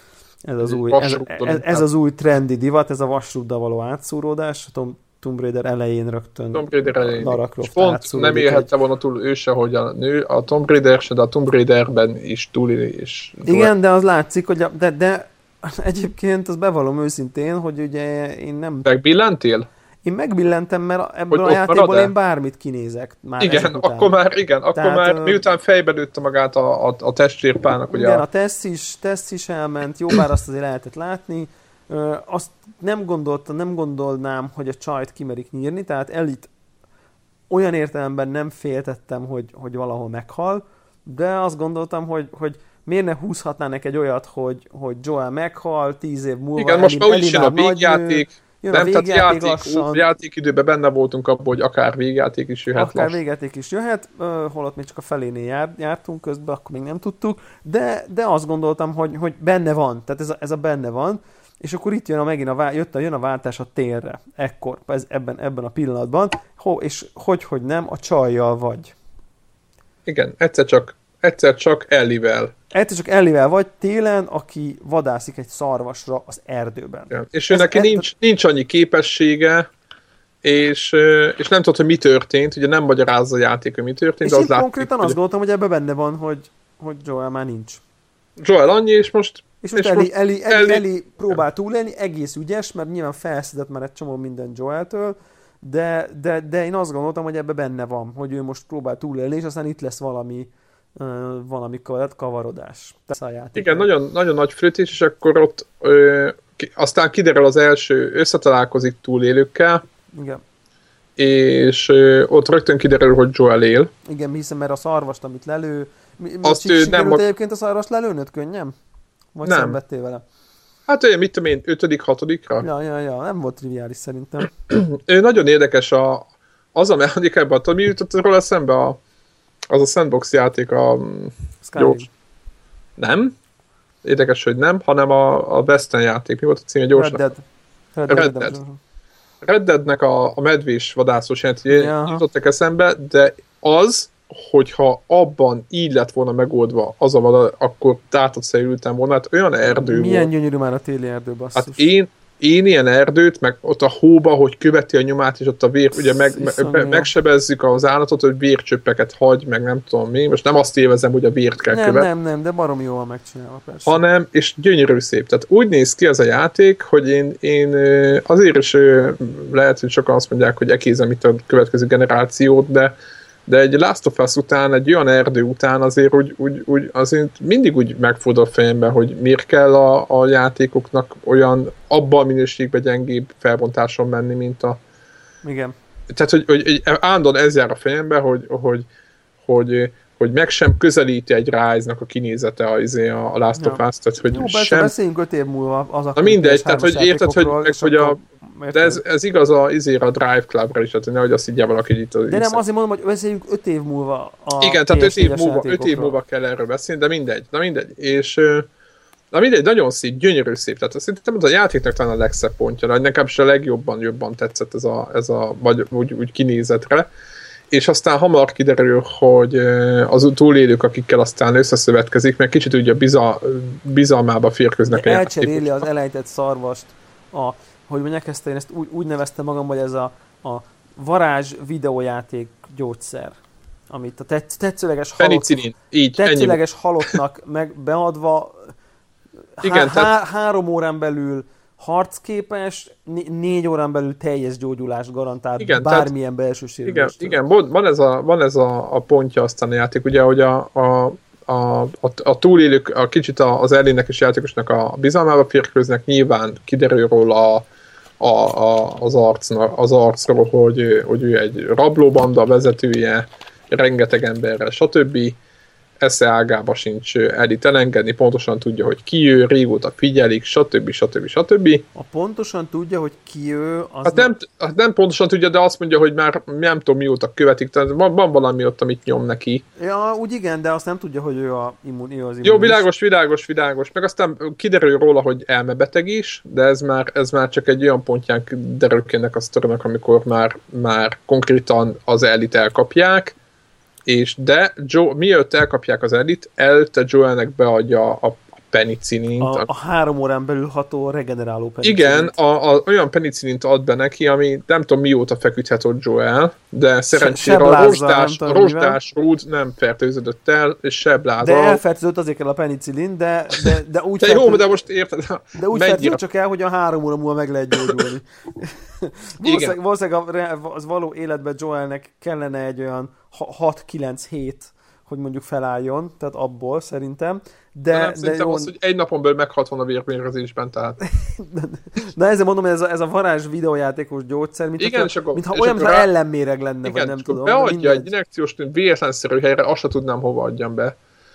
ez az új trendi divat, ez a vasrúddal való átszúródás. Tomb Raider elején rögtön Lara Croft átszúródik. Nem élhette volna túl ő se, hogy a nő, a Tomb Raider se, de a Tomb Raiderben is túlélni. Igen, de az látszik, hogy de egyébként az bevallom őszintén, hogy ugye én nem... Megbillentél? Én megbillentem, mert ebből a játékból én bármit kinézek. Már igen, akkor már miután fejbe lőtte magát a testvérpának. Igen, a teszt is elment, jó, bár azt azért lehetett látni. Azt nem gondolnám, hogy a csajt kimerik nyírni, tehát Elit olyan értelemben nem féltettem, hogy valahol meghal, de azt gondoltam, hogy miért ne húzhatnának egy olyat, hogy Joel meghal, 10 év múlva. Igen, most már úgyis jön a végjáték. Nem, tehát játékidőben benne voltunk abban, hogy akár végjáték is jöhet. Akár végjáték is jöhet, holott még csak a felénél jártunk közben, akkor még nem tudtuk, de azt gondoltam, hogy benne van, tehát ez a benne van, és akkor itt jön jön a váltás a térre, ekkor, ebben a pillanatban, és hogy nem, a csajjal vagy. Igen, egyszer csak Ellie-vel. Egyszer csak Ellie-vel vagy télen, aki vadászik egy szarvasra az erdőben. Igen. És ő neki nincs annyi képessége, és nem tudod, hogy mi történt, ugye nem magyarázza a játék, hogy mi történt. És de én konkrétan azt gondoltam, hogy ebben benne van, hogy Joel már nincs. Joel annyi, és most Ellie próbál túlélni, egész ügyes, mert nyilván felszedett már egy csomó minden Joeltől, de én azt gondoltam, hogy ebben benne van, hogy ő most próbál túlélni, és aztán itt lesz valami kavarodás. Igen, nagyon, nagyon nagy frötés, és akkor ott aztán kiderül az első, összetalálkozik túlélőkkel, igen. És ott rögtön kiderül, hogy Joel él. Igen, hiszem, mert a szarvast, amit lelő, azt ő nem egyébként a szarvast lelőnöd könnyen? Vagy nem. Szenvedtél vele? Hát olyan, mit tudom én, 5.-6. Ja, nem volt triviális szerintem. Ő nagyon érdekes az a mechanikában, mi jutott róla eszembe az a sandbox játék, Skyrim. Nem? Érdekes, hogy nem, hanem a Western játék. Mi volt a címe gyorsan? Red Dead. Red Deadnek a medvés vadászós jutottak eszembe, de az, hogyha abban így lett volna megoldva az a vadat, akkor tátott ültem volna, hát olyan erdő milyen volt. gyönyörű már a téli erdő, basszus. Hát én ilyen erdőt, meg ott a hóba, hogy követi a nyomát, és ott a vér, ugye megsebezzük az állatot, hogy vércsöppeket hagy, meg nem tudom mi. Most nem azt élvezem, hogy a vért kell követni. Nem, de baromi jól megcsinálva, persze. Hanem, és gyönyörű szép. Tehát úgy néz ki ez a játék, hogy én azért is lehet, hogy sokan azt mondják, hogy ekézem itt a következő generációt, de egy Last of Us után, egy olyan erdő után azért azért mindig úgy megfordul a fejembe, hogy miért kell a játékoknak olyan abban a minőségben gyengébb felbontáson menni, mint a... Igen. Tehát, hogy állandóan ez jár a fejembe, hogy meg sem közelíti egy Rise-nak a kinézete a Last of Us, tehát hogy jó, sem... beszéljünk 5 év múlva az a... Na mindegy, tehát hogy érted, hogy de ez igaz a Drive Clubra is, tehát nehogy azt így valaki itt... De nem, azért mondom, hogy beszéljünk 5 év múlva a... Igen, tehát 5 év múlva kell erről beszélni, de mindegy. És na mindegy, nagyon szép, gyönyörű szép. Tehát szerintem ez a játéknak talán a legszebb pontja, nekem is a legjobban tetszett ez a vagy úgy kinézetre. És aztán hamar kiderül, hogy az túlélők, akikkel aztán összeszövetkezik, mert kicsit ugye bizalmába férköznek a játékok. Elcseréli az elejtett szarvast, hogy mondják ezt, én ezt úgy neveztem magam, hogy ez a varázs videójáték gyógyszer, amit a tetszőleges halottnak beadva igen, 3 órán belül harcképes, 4 órán belül teljes gyógyulást garantál, igen, bármilyen belső sérülést. Igen, van ez a pontja aztán a játék, ugye, hogy a túlélők a kicsit az ellénekes játékosnak a bizalmába férkőznek, nyilván kiderül róla az arcról, hogy ő egy rablóbanda vezetője, rengeteg emberrel, stb. Esze ágába sincs Elit elengedni, pontosan tudja, hogy ki ő, régóta figyelik, stb. A pontosan tudja, hogy ki ő, az nem pontosan tudja, de azt mondja, hogy már nem tudom mióta követik, tehát van valami ott, amit nyom neki. Ja, úgy igen, de azt nem tudja, hogy ő az immunis. Jó, világos. Meg aztán kiderül róla, hogy elmebeteg is, de ez már csak egy olyan pontján derül ki ennek a sztorinak, amikor már konkrétan az Elit elkapják, de mielőtt elkapják az Elit, Joelnek beadja a penicillint. A 3 órán belül ható regeneráló penicillint. Igen, olyan penicillint ad be neki, ami nem tudom mióta feküdhet ott Joel, de szerencsére a rozsdás rúd nem fertőződött el, és sebláza. De elfertőzött, azért kell a penicillin, de úgy jó, de most érted. De úgy fertőzött csak el, hogy a 3 óra múlva meg lehet gyógyulni. Valószínűleg az való életben Joelnek kellene egy olyan 6-9 hét, hogy mondjuk felálljon, tehát abból szerintem. De szerintem jó... az, hogy egy napon belül meghalt volna vérmérgezésben, tehát... Na ezzel mondom, hogy ez a varázs videójátékos gyógyszer, mintha olyan, ellenméreg lenne, igen, vagy nem tudom. Beadja egy injekciós véletlenszerű helyre, azt se tudnám, hova adjam be.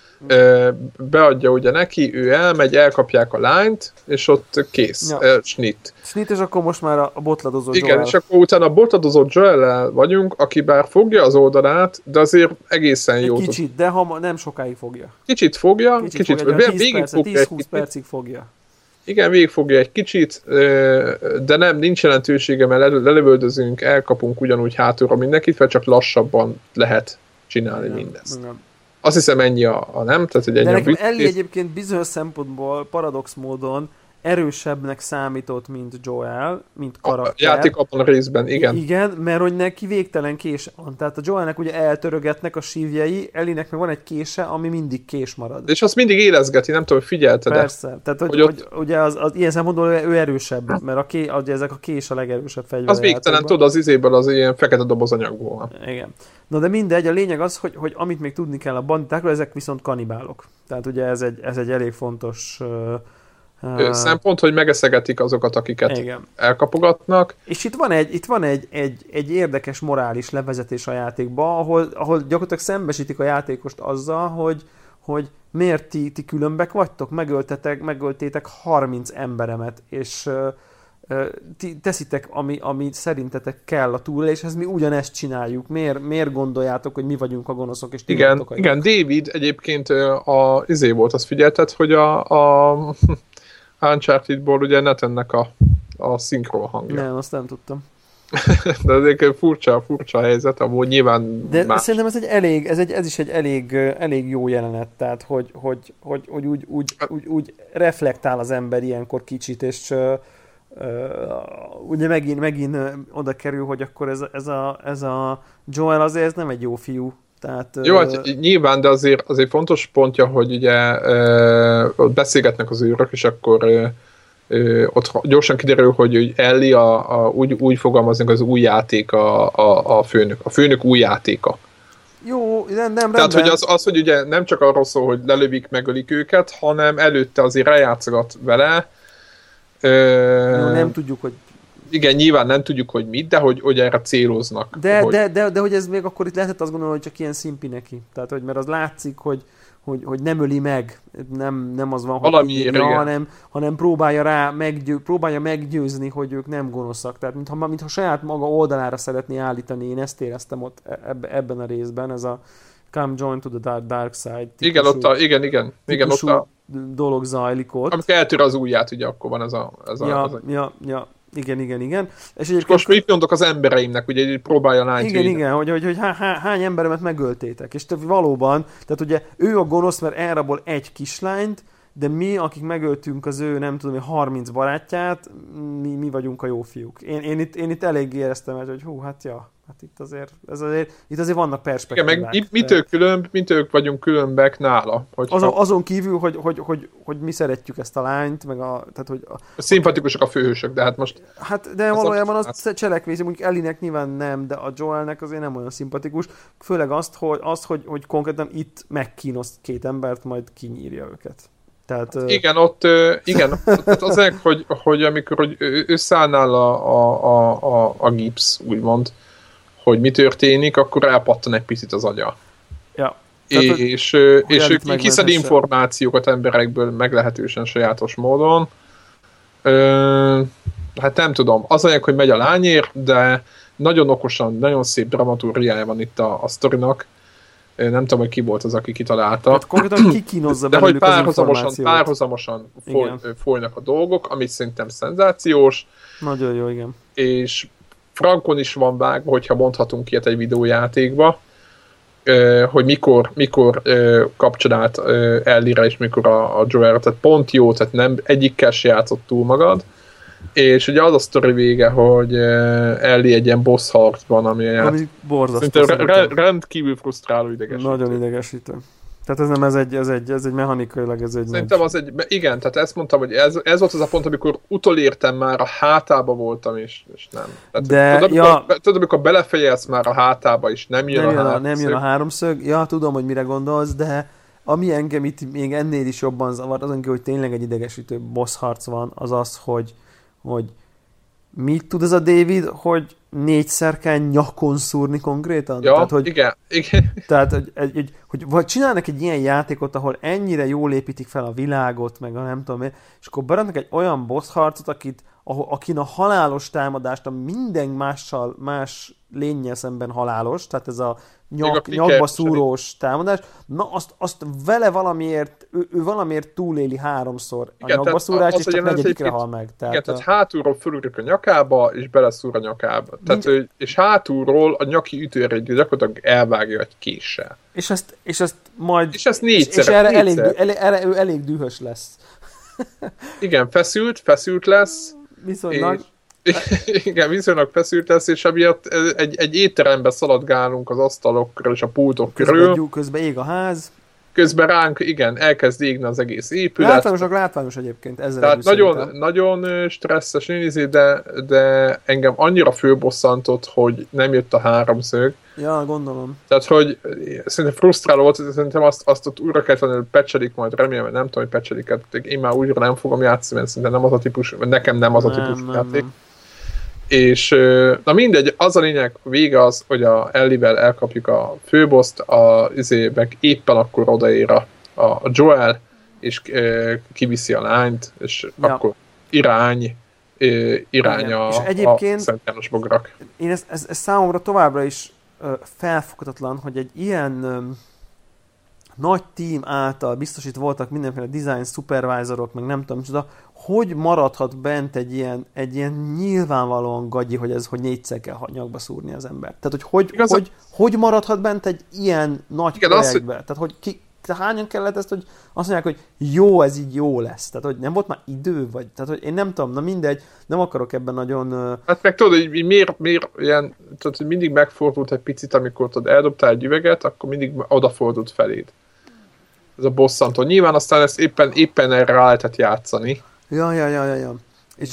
Beadja ugye neki, ő elmegy, elkapják a lányt, és ott kész. Ja. Snit, és akkor most már a botladozó Joel. Igen, és akkor utána a botladozó Joel-lel vagyunk, aki bár fogja az oldalát, de azért egészen jó. Kicsit, de nem sokáig fogja. Kicsit fogja. 10-20 percig fogja. Igen, végigfogja egy kicsit, de nincs jelentősége, mert lelövöldözünk, elkapunk ugyanúgy hátulra mindenkit, mert csak lassabban lehet csinálni mindezt. Nem. Azt hiszem ennyi a nem, tehát hogy ennyi. De nekem Ellie egyébként bizonyos szempontból, paradox módon erősebbnek számított, mint Joel, mint karakter. A játék abban a részben, igen. Igen, mert hogy neki végtelen kése van. Tehát a Joelnek ugye eltörögetnek a sívjai, Ellie-nek meg van egy kése, ami mindig kés marad. És azt mindig érezgeti, nem tudom, hogy figyelted-e. Persze, tehát hogy ugye az ilyen szempontból ő erősebb, mert ezek a kés a legerősebb fegyver. Az végtelen, tudod, az izéből az ilyen fekete doboz anyagból. Igen. Na de mindegy, a lényeg az, hogy amit még tudni kell a banditákról, ezek viszont kanibálok. Tehát ugye ez egy elég fontos szempont, hogy megeszegetik azokat, akiket elkapogatnak. És itt van egy érdekes morális levezetés a játékba, ahol gyakorlatilag szembesítik a játékost azzal, hogy miért ti különbek vagytok, megöltétek 30 emberemet, és ti teszitek, ami szerintetek kell a túléléshez, mi ugyanezt csináljuk. Miért gondoljátok, hogy mi vagyunk a gonoszok, és ti igen, David egyébként volt, azt figyelted, hogy a Uncharted-ból ugye Nathannek a szinkron hangja. Nem, azt nem tudtam. De azért furcsa helyzet, amúgy nyilván de más. Szerintem ez is egy elég jó jelenet, tehát hogy úgy reflektál az ember ilyenkor kicsit, és ugye megint oda kerül, hogy akkor ez a Joel azért ez nem egy jó fiú. Tehát, jó, hát nyilván, de azért fontos pontja, hogy ugye beszélgetnek az őrök, és akkor ott gyorsan kiderül, hogy Ellie úgy fogalmaznak, az új játék a főnök. A főnök új játéka. Jó, nem. Tehát, hogy az, hogy ugye nem csak arról szól, hogy lelövik, megölik őket, hanem előtte azért eljátszogat vele. Jó, nem tudjuk, hogy... Igen, nyilván nem tudjuk, hogy mit, de hogy erre céloznak. De hogy ez még akkor itt lehetett azt gondolni, hogy csak ilyen szimpi neki. Tehát, hogy mert az látszik, hogy nem öli meg, nem az van, hogy hanem próbálja meggyőzni, hogy ők nem gonoszak. Tehát mintha saját maga oldalára szeretné állítani, én ezt éreztem ott ebben a részben, ez a come join to the dark side. Igen, ott a dolog zajlik ott. Amikor eltűr az ujját, ugye akkor van ez a... Ja. Igen. És most mit mondok az embereimnek, ugye próbálja a lányt. Igen, hogy hány emberemet megöltétek. És valóban, tehát ugye ő a gonosz, mert elrabol egy kislányt, de mi, akik megöltünk az ő, nem tudom, 30 barátját, mi vagyunk a jó fiúk. Én itt elég éreztem, hogy hát itt azért vannak perspektívák. Igen, meg mitől vagyunk különbek nála. Azon kívül, hogy mi szeretjük ezt a lányt, meg tehát, hogy... Szimpatikusak a főhősök, de hát most... Hát, de valójában az cselekvés, mondjuk Ellie-nek nyilván nem, de a Joelnek azért nem olyan szimpatikus. Főleg hogy konkrétan itt megkínoszt két embert, majd kinyírja őket. Tehát, igen, ott az hogy amikor összeállnál a gipsz, úgymond, hogy mi történik, akkor elpattan egy picit az agya. Ja. És kiszed információkat emberekből meglehetősen sajátos módon. Hát nem tudom, az anyag, hogy megy a lányért, de nagyon okosan, nagyon szép dramaturgiája van itt a sztorinak. Nem tudom, hogy ki volt az, aki kitalálta. Hát konkrétan kikínozza de hogy párhuzamosan folynak a dolgok, ami szerintem szenzációs. Nagyon jó, igen. És frankon is van vágva, hogyha mondhatunk ilyet egy videójátékba, hogy mikor kapcsolat Ellie-re és mikor a Joel-re, tehát pont jó, tehát nem egyikkel se játszott túl magad. És ugye az a sztori vége, hogy Ellie egy ilyen boss harcban, ami borzasztó. Rendkívül frusztráló, idegesítő. Nagyon idegesítő. Tehát ez nem, ez egy mechanikailag, ez egy... Szerintem az egy, igen, tehát ezt mondtam, hogy ez volt az a pont, amikor utolértem már, a hátába voltam, és nem. Tehát, tudod, amikor belefejelsz már a hátába, és nem jön a háromszög. Nem jön a háromszög. Ja, tudom, hogy mire gondolsz, de ami engem itt még ennél is jobban zavar, azon kívül, hogy tényleg egy idegesítő boss harc van, az, hogy mit tud ez a David, hogy 4-szer kell nyakon szúrni konkrétan? Ja, tehát, hogy, igen. Tehát, hogy vagy csinálnak egy ilyen játékot, ahol ennyire jól építik fel a világot, meg a nem tudom én, és akkor beraknak egy olyan boss harcot, akin a halálos támadást, a minden más lénnyel szemben halálos, tehát ez a nyakba szúrós támadás, na azt vele valamiért, ő valamiért túléli 3-szor a nyakba szúrást, és csak 4-re hal meg. Tehát, igen, tehát hátulról fölürik a nyakába, és beleszúr a nyakába. Tehát, és hátulról a nyaki ütőre gyakorlatilag elvágja egy késsel. És ezt majd... És ezt 4-szer. És erre ő elég dühös lesz. Igen, feszült lesz. Viszonylag. Igen, viszonylag feszült lesz, és amiatt egy étterembe szaladgálunk az asztalokra és a pultok körül. Közben ég a ház. Közben ránk, igen, elkezd égni az egész épület. Látványos egyébként. Tehát nagyon stresszes nézni, de engem annyira fölbosszantott, hogy nem jött a háromszög. Ja, gondolom. Tehát, hogy szerintem frusztráló volt, szerintem azt ott újra kellett venni, hogy patchelik majd, remélem, nem tudom, hogy patchelik, én már újra nem fogom játszani, mert szerintem nem az a típus, nekem nem az a típus játék. És na mindegy, az a lényeg, vége az, hogy a Ellie-vel elkapjuk a főboszt, meg éppen akkor odaér a Joel, és kiviszi a lányt, és akkor irány a Szent János Bograk. Én ez számomra továbbra is felfoghatatlan, hogy egy ilyen nagy team által biztosít voltak mindenféle design supervisorok, meg nem tudom micsoda, hogy maradhat bent egy ilyen nyilvánvalóan gagyi, hogy ez, hogy 4-szer kell nyakba szúrni az ember. Tehát, hogy maradhat bent egy ilyen nagy projektbe? Tehát, hogy hányan kellett ezt, hogy azt mondják, hogy jó, ez így jó lesz. Tehát, hogy nem volt már idő, vagy... Tehát, hogy én nem tudom, na mindegy, nem akarok ebben nagyon... Hát meg tudod, hogy miért ilyen... Tehát, hogy mindig megfordult egy picit, amikor tudod, eldobtál egy üveget, akkor mindig odafordult feléd. Ez a bosszantó. Nyilván aztán ezt éppen erre rá lehetett játszani. Ja. És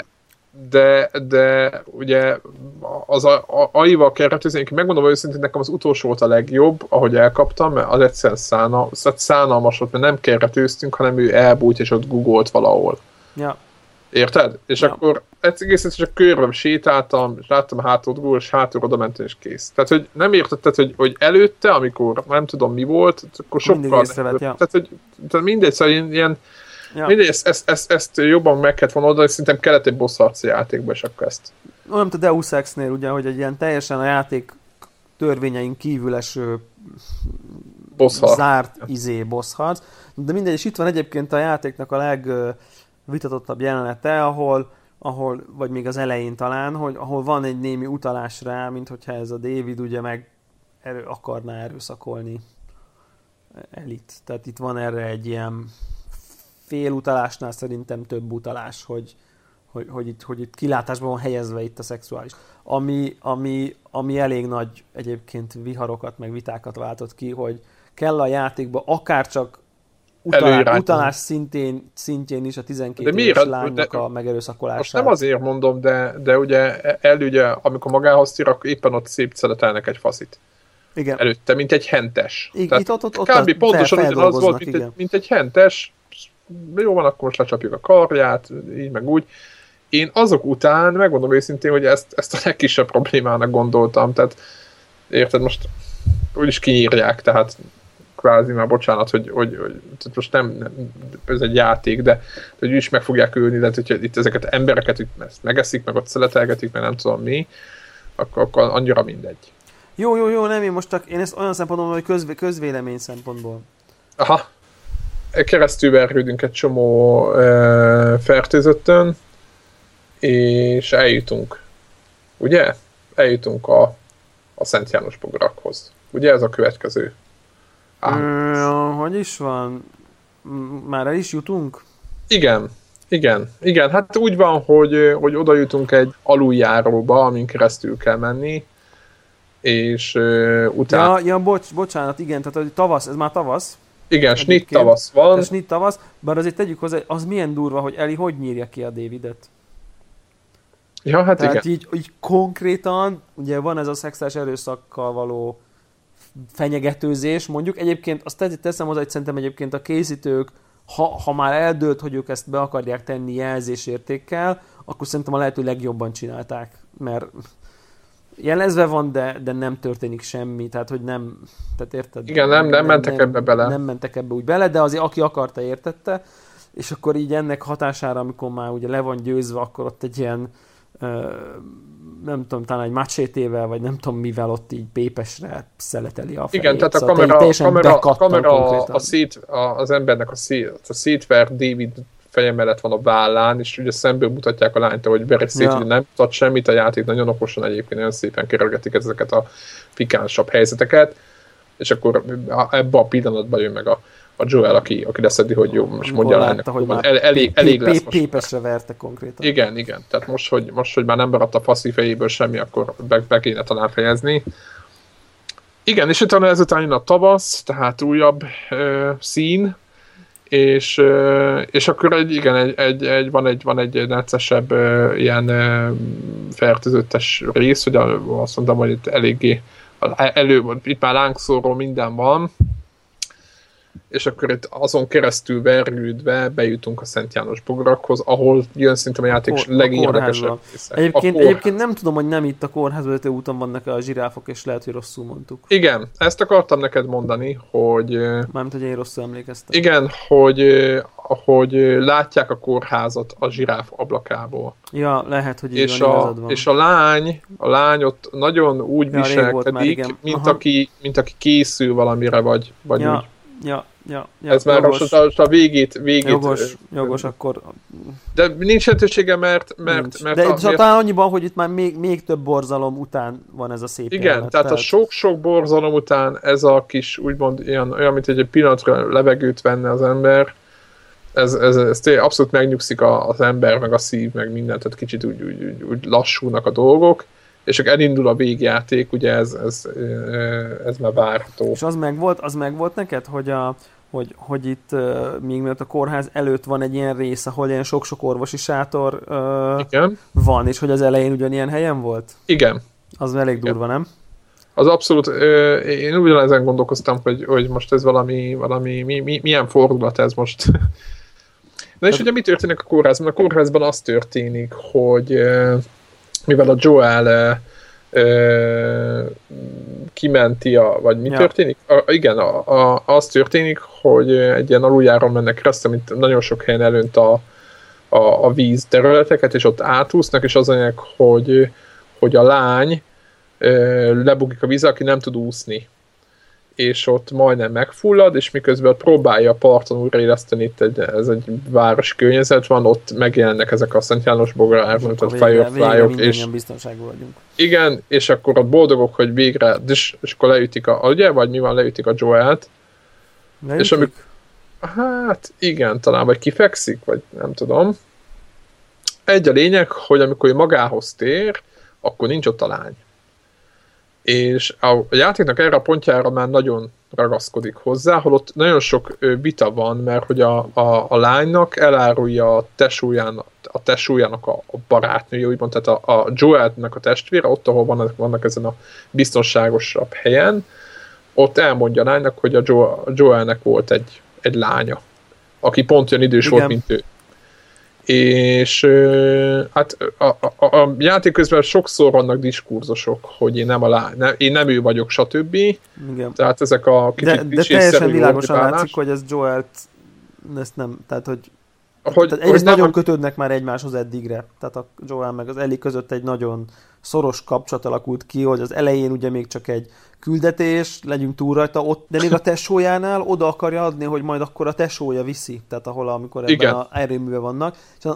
de ugye az AI-val kell reptézni, megmondom őszintén, nekem az utolsó volt a legjobb, ahogy elkaptam, mert az egyszerűen szánalmas volt, mert nem keretőztünk, hanem ő elbújt és ott googolt valahol. Ja. Érted? És akkor egészen csak körben sétáltam, és láttam hátul Google, és hátul oda mentem, és kész. Tehát, hogy nem értetted, hogy előtte, amikor nem tudom mi volt, akkor sokkal... Tehát mindegy, szóval ilyen mindegy, ezt jobban meg kellett volna oda, és szerintem kellett egy bosszharci játékba, és akkor ezt. Olyan, mint a Deus Ex-nél, ugye, hogy egy ilyen teljesen a játék törvényein kívül eső zárt bosszharc. De mindegy, és itt van egyébként a játéknak a legvitatottabb jelenete, ahol, vagy még az elején talán, ahol van egy némi utalás rá, mint hogyha ez a David ugye akarná erőszakolni Elit. Tehát itt van erre egy ilyen fél utalásnál szerintem több utalás, hogy itt kilátásban van helyezve itt a szexuális. Ami elég nagy egyébként viharokat, meg vitákat váltott ki, hogy kell a játékba akárcsak utalás szintjén is a 12 éves lánynak a megerőszakolása. Most nem azért mondom, de ugye amikor magához tír, akkor éppen ott szép szeletelnek egy faszit. Igen. Előtte, mint egy hentes. Ott kb. Pontosan ugyanaz volt, mint egy hentes. Jó van, akkor most lecsapjuk a karját, így meg úgy. Én azok után, megmondom őszintén, hogy ezt a legkisebb problémának gondoltam. Tehát érted, most úgyis kinyírják, tehát kvázi már bocsánat, hogy most nem ez egy játék, de hogy is meg fogják ölni, de hogyha itt ezeket embereket ezt megeszik, meg ott szeletelgetik, meg nem tudom mi, akkor annyira mindegy. Jó, nem, én ezt olyan szempontból, hogy közvélemény szempontból. Aha. Keresztül verődünk egy csomó fertőzöttön, és eljutunk. Ugye? Eljutunk a Szent János bogarakhoz. Ugye ez a következő? Hogy is van? Már el is jutunk? Igen. Hát úgy van, hogy oda jutunk egy aluljáróba, amin keresztül kell menni, és utána... Ja, bocsánat, igen, tehát hogy tavasz, ez már tavasz. Igen, snitt tavasz van. Snitt tavasz, bár azért tegyük hozzá, az milyen durva, hogy Eli hogy nyírja ki a Davidet. Ja, hát tehát igen. így konkrétan, ugye van ez a szexuális erőszakkal való fenyegetőzés, mondjuk. Egyébként azt teszem hozzá, hogy szerintem egyébként a készítők, ha már eldőlt, hogy ők ezt be akarják tenni jelzésértékkel, akkor szerintem a lehető legjobban csinálták, mert jelezve van, de nem történik semmi, tehát hogy nem, tehát érted? Igen, nem mentek ebbe bele. Nem mentek ebbe úgy bele, de azért aki akarta, értette, és akkor így ennek hatására, amikor már ugye le van győzve, akkor ott egy ilyen nem tudom, talán egy macsétével, vagy nem tudom mivel ott így pépesre szeleteli a fejét. Igen, tehát a kamera az embernek a szétvert David feje mellett van a vállán, és ugye szemből mutatják a lányt, hogy veri szét, hogy nem mutat semmit, a játék nagyon okosan egyébként, nagyon szépen kerülgetik ezeket a pikánsabb helyzeteket, és akkor ebben a pillanatban jön meg a Joel, aki leszedi, hogy jó, most mondja lánynak, elég lesz most. Pépesre verte konkrétan. Igen. Tehát most, hogy már nem maradt a faszi fejéből semmi, akkor be kéne talán fejezni. Igen, és utána ezután jön a tavasz, tehát újabb szín, és akkor van egy neccesebb ilyen fertőzöttes rész, ugye azt mondtam, hogy itt eléggé itt már lángszóró minden van, és akkor itt azon keresztül vergődve bejutunk a Szent János bogarakhoz, ahol jön szerintem a játék legérdekesebb részek. Egyébként nem tudom, hogy nem itt a kórház vezető úton vannak a zsiráfok, és lehet, hogy rosszul mondtuk. Igen, ezt akartam neked mondani, hogy... Mármint, hogy én rosszul emlékeztem. Igen, hogy látják a kórházat a zsiráf ablakából. Ja, lehet, hogy így van. És a lány ott nagyon úgy viselkedik, mint aki készül valamire, vagy úgy. Ja, ez már jogos. a végét... Jogos, akkor... De nincs lehetősége, mert de talán annyiban, hogy itt már még több borzalom után van ez a szép igen, jelenet, tehát a sok-sok borzalom után ez a kis, úgymond olyan, mint egy pillanatra levegőt venne az ember, ez abszolút megnyugszik az ember, meg a szív, meg mindent, tehát kicsit úgy lassulnak a dolgok, és akkor elindul a végjáték, ugye ez már várható. És az megvolt neked, hogy itt még mielőtt a kórház előtt van egy ilyen rész, ahol ilyen sok-sok orvosi sátor van, és hogy az elején ugyanilyen helyen volt? Igen. Az elég durva, nem? Az abszolút, én ugyanezen gondolkoztam, hogy most ez milyen fordulat ez most. Na és ugye mi történik a kórházban? A kórházban az történik, hogy mivel a Joel kimenti vagy mi történik? Igen, az történik, hogy egy ilyen aluljáron mennek keresztül, mint nagyon sok helyen elönt a víz területeket, és ott átúsznak, és az anyag, hogy a lány lebukik a víz, aki nem tud úszni. És ott majdnem megfullad, és miközben próbálja a parton újraéleszteni, ez egy város környezet van, ott megjelennek ezek a Szent János bogarárban, tehát Firefly-ok, és biztonságban vagyunk. Igen, és akkor ott boldogok, hogy végre, és akkor leütik ugye, vagy mi van, leütik a Joelt. És hát igen, talán, vagy kifekszik, vagy nem tudom. Egy a lényeg, hogy amikor ő magához tér, akkor nincs ott a lány. És a játéknak erre a pontjára már nagyon ragaszkodik hozzá, holott nagyon sok vita van, mert hogy a lánynak elárulja a tesójának a barátnője, úgymond, tehát a Joelnek a testvére, ott, ahol vannak ezen a biztonságosabb helyen, ott elmondja a lánynak, hogy a Joelnek volt egy lánya, aki pont olyan idős volt, mint ő. És hát a játék közben sokszor vannak diskurzusok, hogy én nem ő vagyok, stb. Igen. Tehát ezek a kicsit de teljesen világosan látszik, hogy ez Joelt ezt nem, tehát tehát egyrészt nagyon kötődnek már egymáshoz eddigre, tehát a Joel meg az Ellie között egy nagyon szoros kapcsolat alakult ki, hogy az elején ugye még csak egy küldetés, legyünk túl rajta, de még a tesójánál oda akarja adni, hogy majd akkor a tesója viszi, tehát amikor ebben a erőműve vannak, és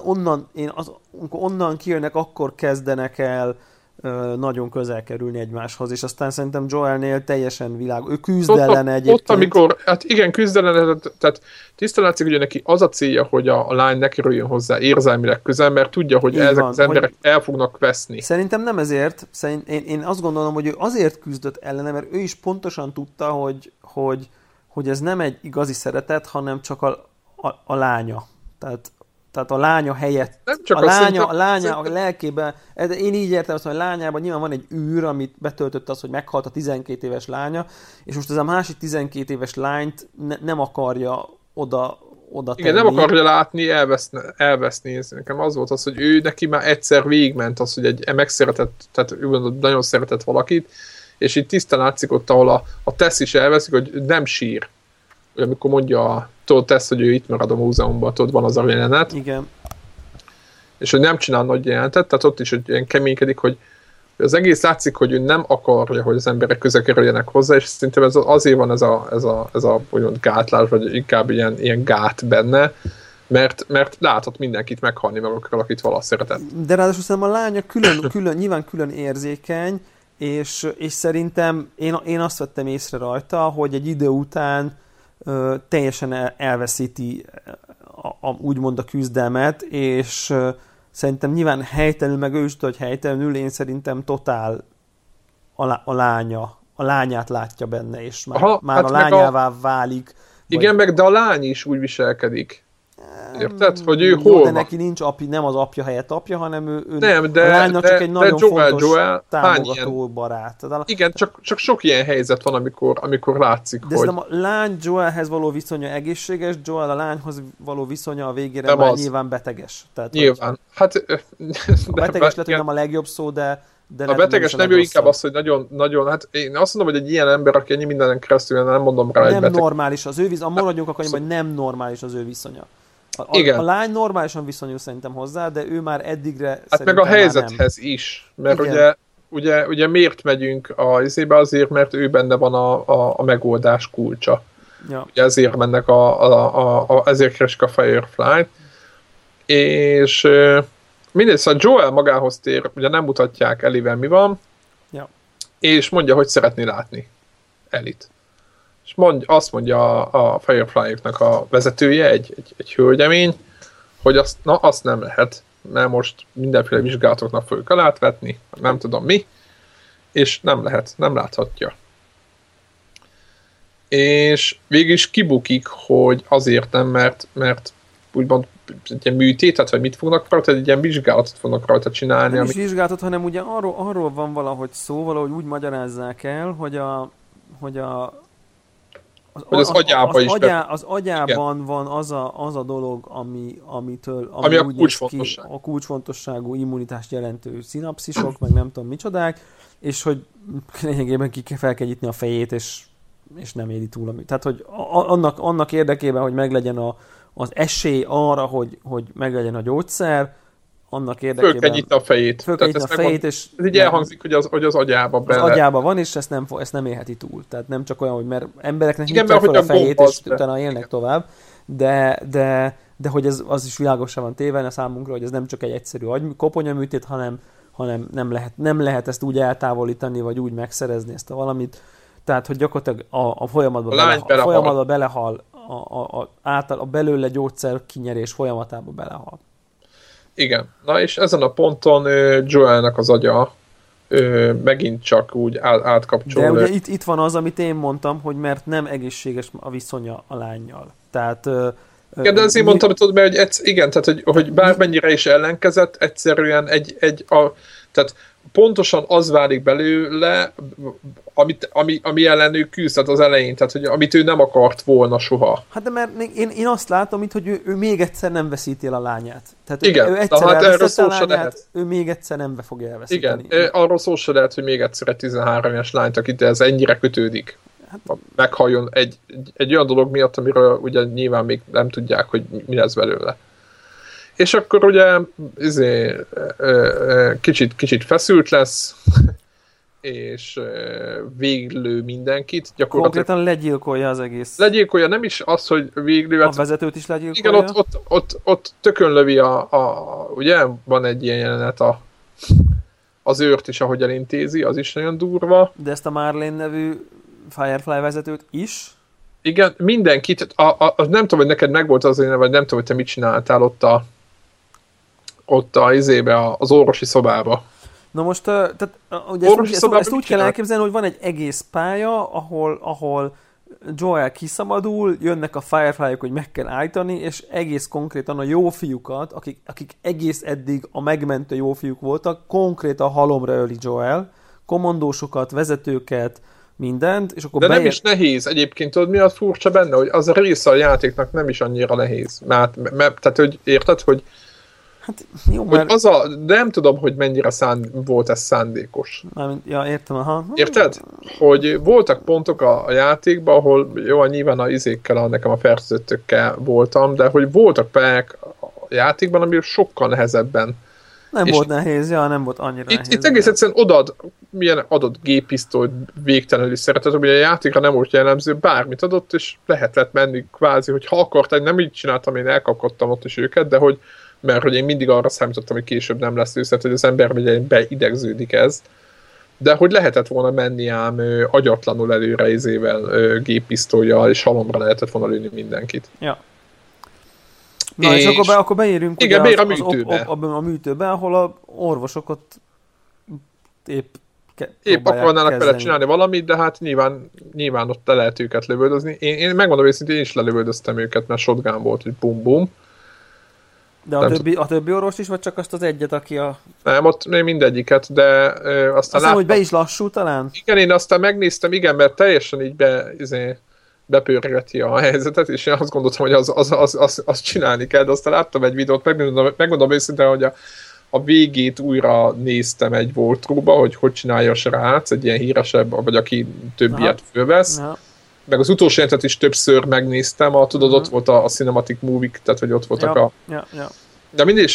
onnan kijönnek, akkor kezdenek el nagyon közel kerülni egymáshoz, és aztán szerintem Joelnél teljesen világos. Ő küzd ellene egyébként. Ott, amikor, hát igen, küzd ellene, tehát tisztán látszik, hogy neki az a célja, hogy a lány ne kerüljön hozzá érzelmileg közel, mert tudja, hogy ezek az emberek el fognak veszni. Szerintem nem ezért. Én azt gondolom, hogy ő azért küzdött ellene, mert ő is pontosan tudta, hogy ez nem egy igazi szeretet, hanem csak a lánya. Tehát a lánya helyett, a lánya a lelkében, én így értem azt, hogy a lányában nyilván van egy űr, amit betöltött az, hogy meghalt a 12 éves lánya, és most ez a másik 12 éves lányt nem akarja oda tenni. Igen, nem akarja látni, elveszni. Nekem az volt az, hogy ő neki már egyszer végigment az, hogy egy megszeretett, tehát ő nagyon szeretett valakit, és itt tisztán látszik ott, ahol a Tess is elveszik, hogy nem sír. Amikor mondja Tess, hogy ő itt marad a múzeumban, tudod, van az a jelenet. Igen. És hogy nem csinál nagy jelenetet, tehát ott is hogy ilyen keménykedik, hogy az egész látszik, hogy ő nem akarja, hogy az emberek közel kerüljenek hozzá, és szerintem azért van ez a úgymond gátlás, vagy inkább ilyen gát benne, mert láthat mindenkit meghalni meg, akit vala szeretett. De ráadásul szerintem a lánya nyilván külön érzékeny, és szerintem én azt vettem észre rajta, hogy egy idő után teljesen elveszíti úgymond a küzdelmet, és szerintem nyilván helytelenül, meg ő is tudja, hogy helytelenül, én szerintem totál a lányát látja benne, és már a lányává válik. Igen, de a lány is úgy viselkedik. Érted? Hogy ő hol de neki nincs nem az apja helyett apja, hanem ő a lánynak csak egy nagyon fontos támogató barát. Igen, csak sok ilyen helyzet van, amikor látszik, de hogy... De a lány Joelhez való viszonya egészséges, Joel a lányhoz való viszonya a végére már nyilván beteges. Tehát, nyilván. Hát... A beteges lehet, hogy nem a legjobb szó, de a beteges nem jó, inkább az, hogy nagyon, hát én azt mondom, hogy egy ilyen ember, aki ennyi mindenen keresztül, nem mondom rá, nem normális az ő viszonya, maradjunk akkor, hogy nem normális az ő viszonya. A lány normálisan viszonyul szerintem hozzá, de ő már eddigre hát meg a helyzethez is, mert ugye miért megyünk a izébe azért, mert ő benne van a megoldás kulcsa. Ugye ezért mennek ezért keresik a Firefly-t. És mindegy, szóval Joel magához tér, ugye nem mutatják Ellie-vel mi van, és mondja, hogy szeretné látni Ellie-t. És azt mondja a Firefly-oknak a vezetője, egy hölgyemény, hogy azt nem lehet, mert most mindenféle vizsgálatoknak fogjuk alátvetni, nem tudom mi, és nem lehet, nem láthatja. És végül is kibukik, hogy azért nem, mert úgymond egy ilyen műtétet, vagy mit fognak rajta, egy ilyen vizsgálatot fognak rajta csinálni. Nem is vizsgálatot, hanem ugye arról van valahogy szó, valahogy úgy magyarázzák el, hogy az agyában is. Az agyában igen. Van az a dolog, ami a kulcsfontosság. A kulcsfontosságú immunitást jelentő szinapszisok, meg nem tudom micsodák, és hogy lényegében ki fel kell nyitni a fejét, és nem éri túl. Tehát, hogy annak érdekében, hogy meglegyen az esély arra, hogy meglegyen a gyógyszer, annak érdekében... Föl kell nyitni a fejét. És ez így elhangzik, hogy az agyába bele... Az agyába van, és ezt nem élheti túl. Tehát nem csak olyan, hogy mert embereknek nyitják fel a fejét, és utána élnek tovább, de hogy az is világosan van téve a számunkra, hogy ez nem csak egy egyszerű koponyaműtét, hanem nem lehet ezt úgy eltávolítani, vagy úgy megszerezni ezt a valamit. Tehát, hogy gyakorlatilag a folyamatba belehal, a belőle gyógyszer kinyerés folyamatába belehal. Igen. Na és ezen a ponton Joelnek az agya megint csak úgy átkapcsol. De ugye itt van az, amit én mondtam, hogy mert nem egészséges a viszonya a lánnyal. Tehát... Igen, de azért mondtam, hogy igen, tehát hogy bármennyire is ellenkezett, egyszerűen tehát pontosan az válik belőle, ami ellen ő küzd, tehát az elején, tehát hogy amit ő nem akart volna soha. Hát de mert én azt látom itt, hogy ő még egyszer nem veszíti el a lányát. Tehát igen, ő egyszer elvesztette a lányát, ő még egyszer nem fogja elveszíteni. Igen, arról szó se lehet, hogy még egyszer egy 13 éves lányt, akit ez ennyire kötődik. Hát, meghalljon egy olyan dolog miatt, amiről ugye nyilván még nem tudják, hogy mi lesz belőle. És akkor ugye kicsit feszült lesz, és véglő mindenkit. Konkrétan legyilkolja az egész. Legyilkolja, nem is az, hogy véglő. A vezetőt is legyilkolja? Igen, ott tökön lövi ugye van egy ilyen jelenet az őrt is, ahogy elintézi, az is nagyon durva. De ezt a Marlene nevű Firefly vezetőt is? Igen, mindenkit. Nem tudom, hogy neked megvolt az én, vagy nem tudom, hogy te mit csináltál ott az orvosi szobába. Na most, tehát, ugye ezt úgy kell elképzelni, hogy van egy egész pálya, ahol Joel kiszabadul, jönnek a Firefly-ok, hogy meg kell állítani, és egész konkrétan a jó fiúkat, akik egész eddig a megmentő jó fiúk voltak, konkrétan halomra öli Joel, kommandósokat, vezetőket, mindent, és akkor de nem is nehéz egyébként, tudod mi az furcsa benne, hogy az a része a játéknak nem is annyira nehéz. Tehát, hogy érted, hogy hát, jó, mert... de nem tudom, hogy mennyire volt ez szándékos. Ja, értem, aha. Érted? Hogy voltak pontok a játékban, ahol jó, nyilván a izékkel, nekem a fertőzöttökkel voltam, de hogy voltak pályák a játékban, ami sokkal nehezebben. Nem volt nehéz, nem volt annyira nehéz. Itt egész egyszerűen adott géppisztolyt végtelenül is szeretett, hogy a játékra nem volt jellemző, bármit adott, és lehetett menni kvázi, hogy ha akartál, nem így csináltam, én elkapkodtam ott is őket, de mert hogy én mindig arra számítottam, hogy később nem lesz őszett, hogy az ember ugye beidegződik ez, de hogy lehetett volna menni ám agyatlanul előre izével géppisztollyal, és halomra lehetett volna lőni mindenkit. Ja. Na és akkor beérünk igen, ugye a műtőbe, ahol a orvosok ott épp akarnának vele csinálni valamit, de hát nyilván ott le lehet őket lövöldözni. Én megmondom őszintén, én is lelövöldöztem őket, mert shotgun volt, hogy bum-bum. De a többi orvos is, vagy csak azt az egyet, aki a... Nem, ott mindegyiket, de aztán láttam, hogy be is lassú talán? Igen, én aztán megnéztem, igen, mert teljesen így bepörgeti a helyzetet, és én azt gondoltam, hogy azt csinálni kell, de aztán láttam egy videót, megmondom őszintén, hogy a végét újra néztem egy walkthrough-ba, hogy csinálja a srác, egy ilyen híresebb, vagy aki több ilyet fölvesz. Aha. Meg az utolsó jelentet is többször megnéztem, tudod, ott volt a Cinematic Movie, tehát hogy ott voltak Ja. De mindig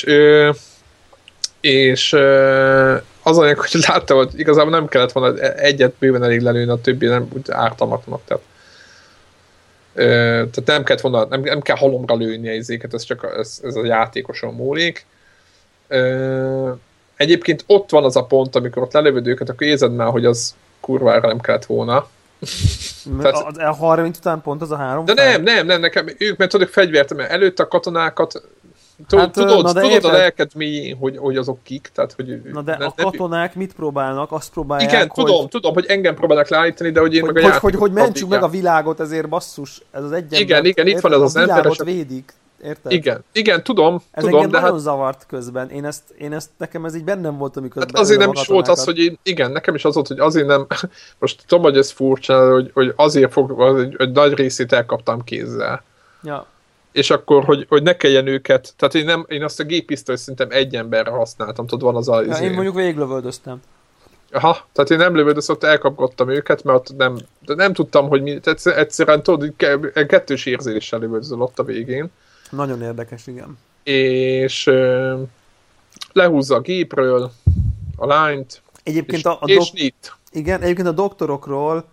és az anyag, hogy láttam, hogy igazából nem kellett volna egyet bőven elég lelőni, a többi nem úgy ártalmatlanak, tehát Tehát nem kellett volna, nem kell halomra lőni izéket, ez a játékoson múlik. Egyébként ott van az a pont, amikor ott lelövöd őket, akkor érzed már, hogy az kurvára nem kellett volna. Tehát, a 30 után pont az a 3? De nem, nekem ők, mert tudok fegyvert, mert előtt a katonákat tudod a lelked mélyén, hogy azok kik, tehát hogy... Na de a katonák mit próbálnak? Azt próbálják, igen, tudom, hogy engem próbálnak leállítani, de hogy én meg a játékot... Hogy mentsük meg a világot, ezért basszus, ez az egy ember. Igen, itt van ez az ember. A világot védik, érted? Igen, tudom. Ez engem nagyon zavart közben. Én ezt, nekem ez így bennem volt, amikor... Hát azért nem is volt az, hogy nekem is az volt, hogy azért nem... Most tudom, hogy ez furcsa, hogy azért hogy nagy részét elkaptam kézzel. Ja. És akkor, hogy ne kelljen őket, tehát én azt a géppisztolyt szerintem egy emberre használtam, tudod, van az a... Ja, én mondjuk végiglövöldöztem. Aha, tehát én nem lövöldöztem, ott elkapkodtam őket, mert nem tudtam, hogy mi, tehát egyszerűen tudod, kettős érzéssel lövöldözöl ott a végén. Nagyon érdekes, igen. És lehúzza a gépről a lányt, egyébként és nyit. Igen, egyébként a doktorokról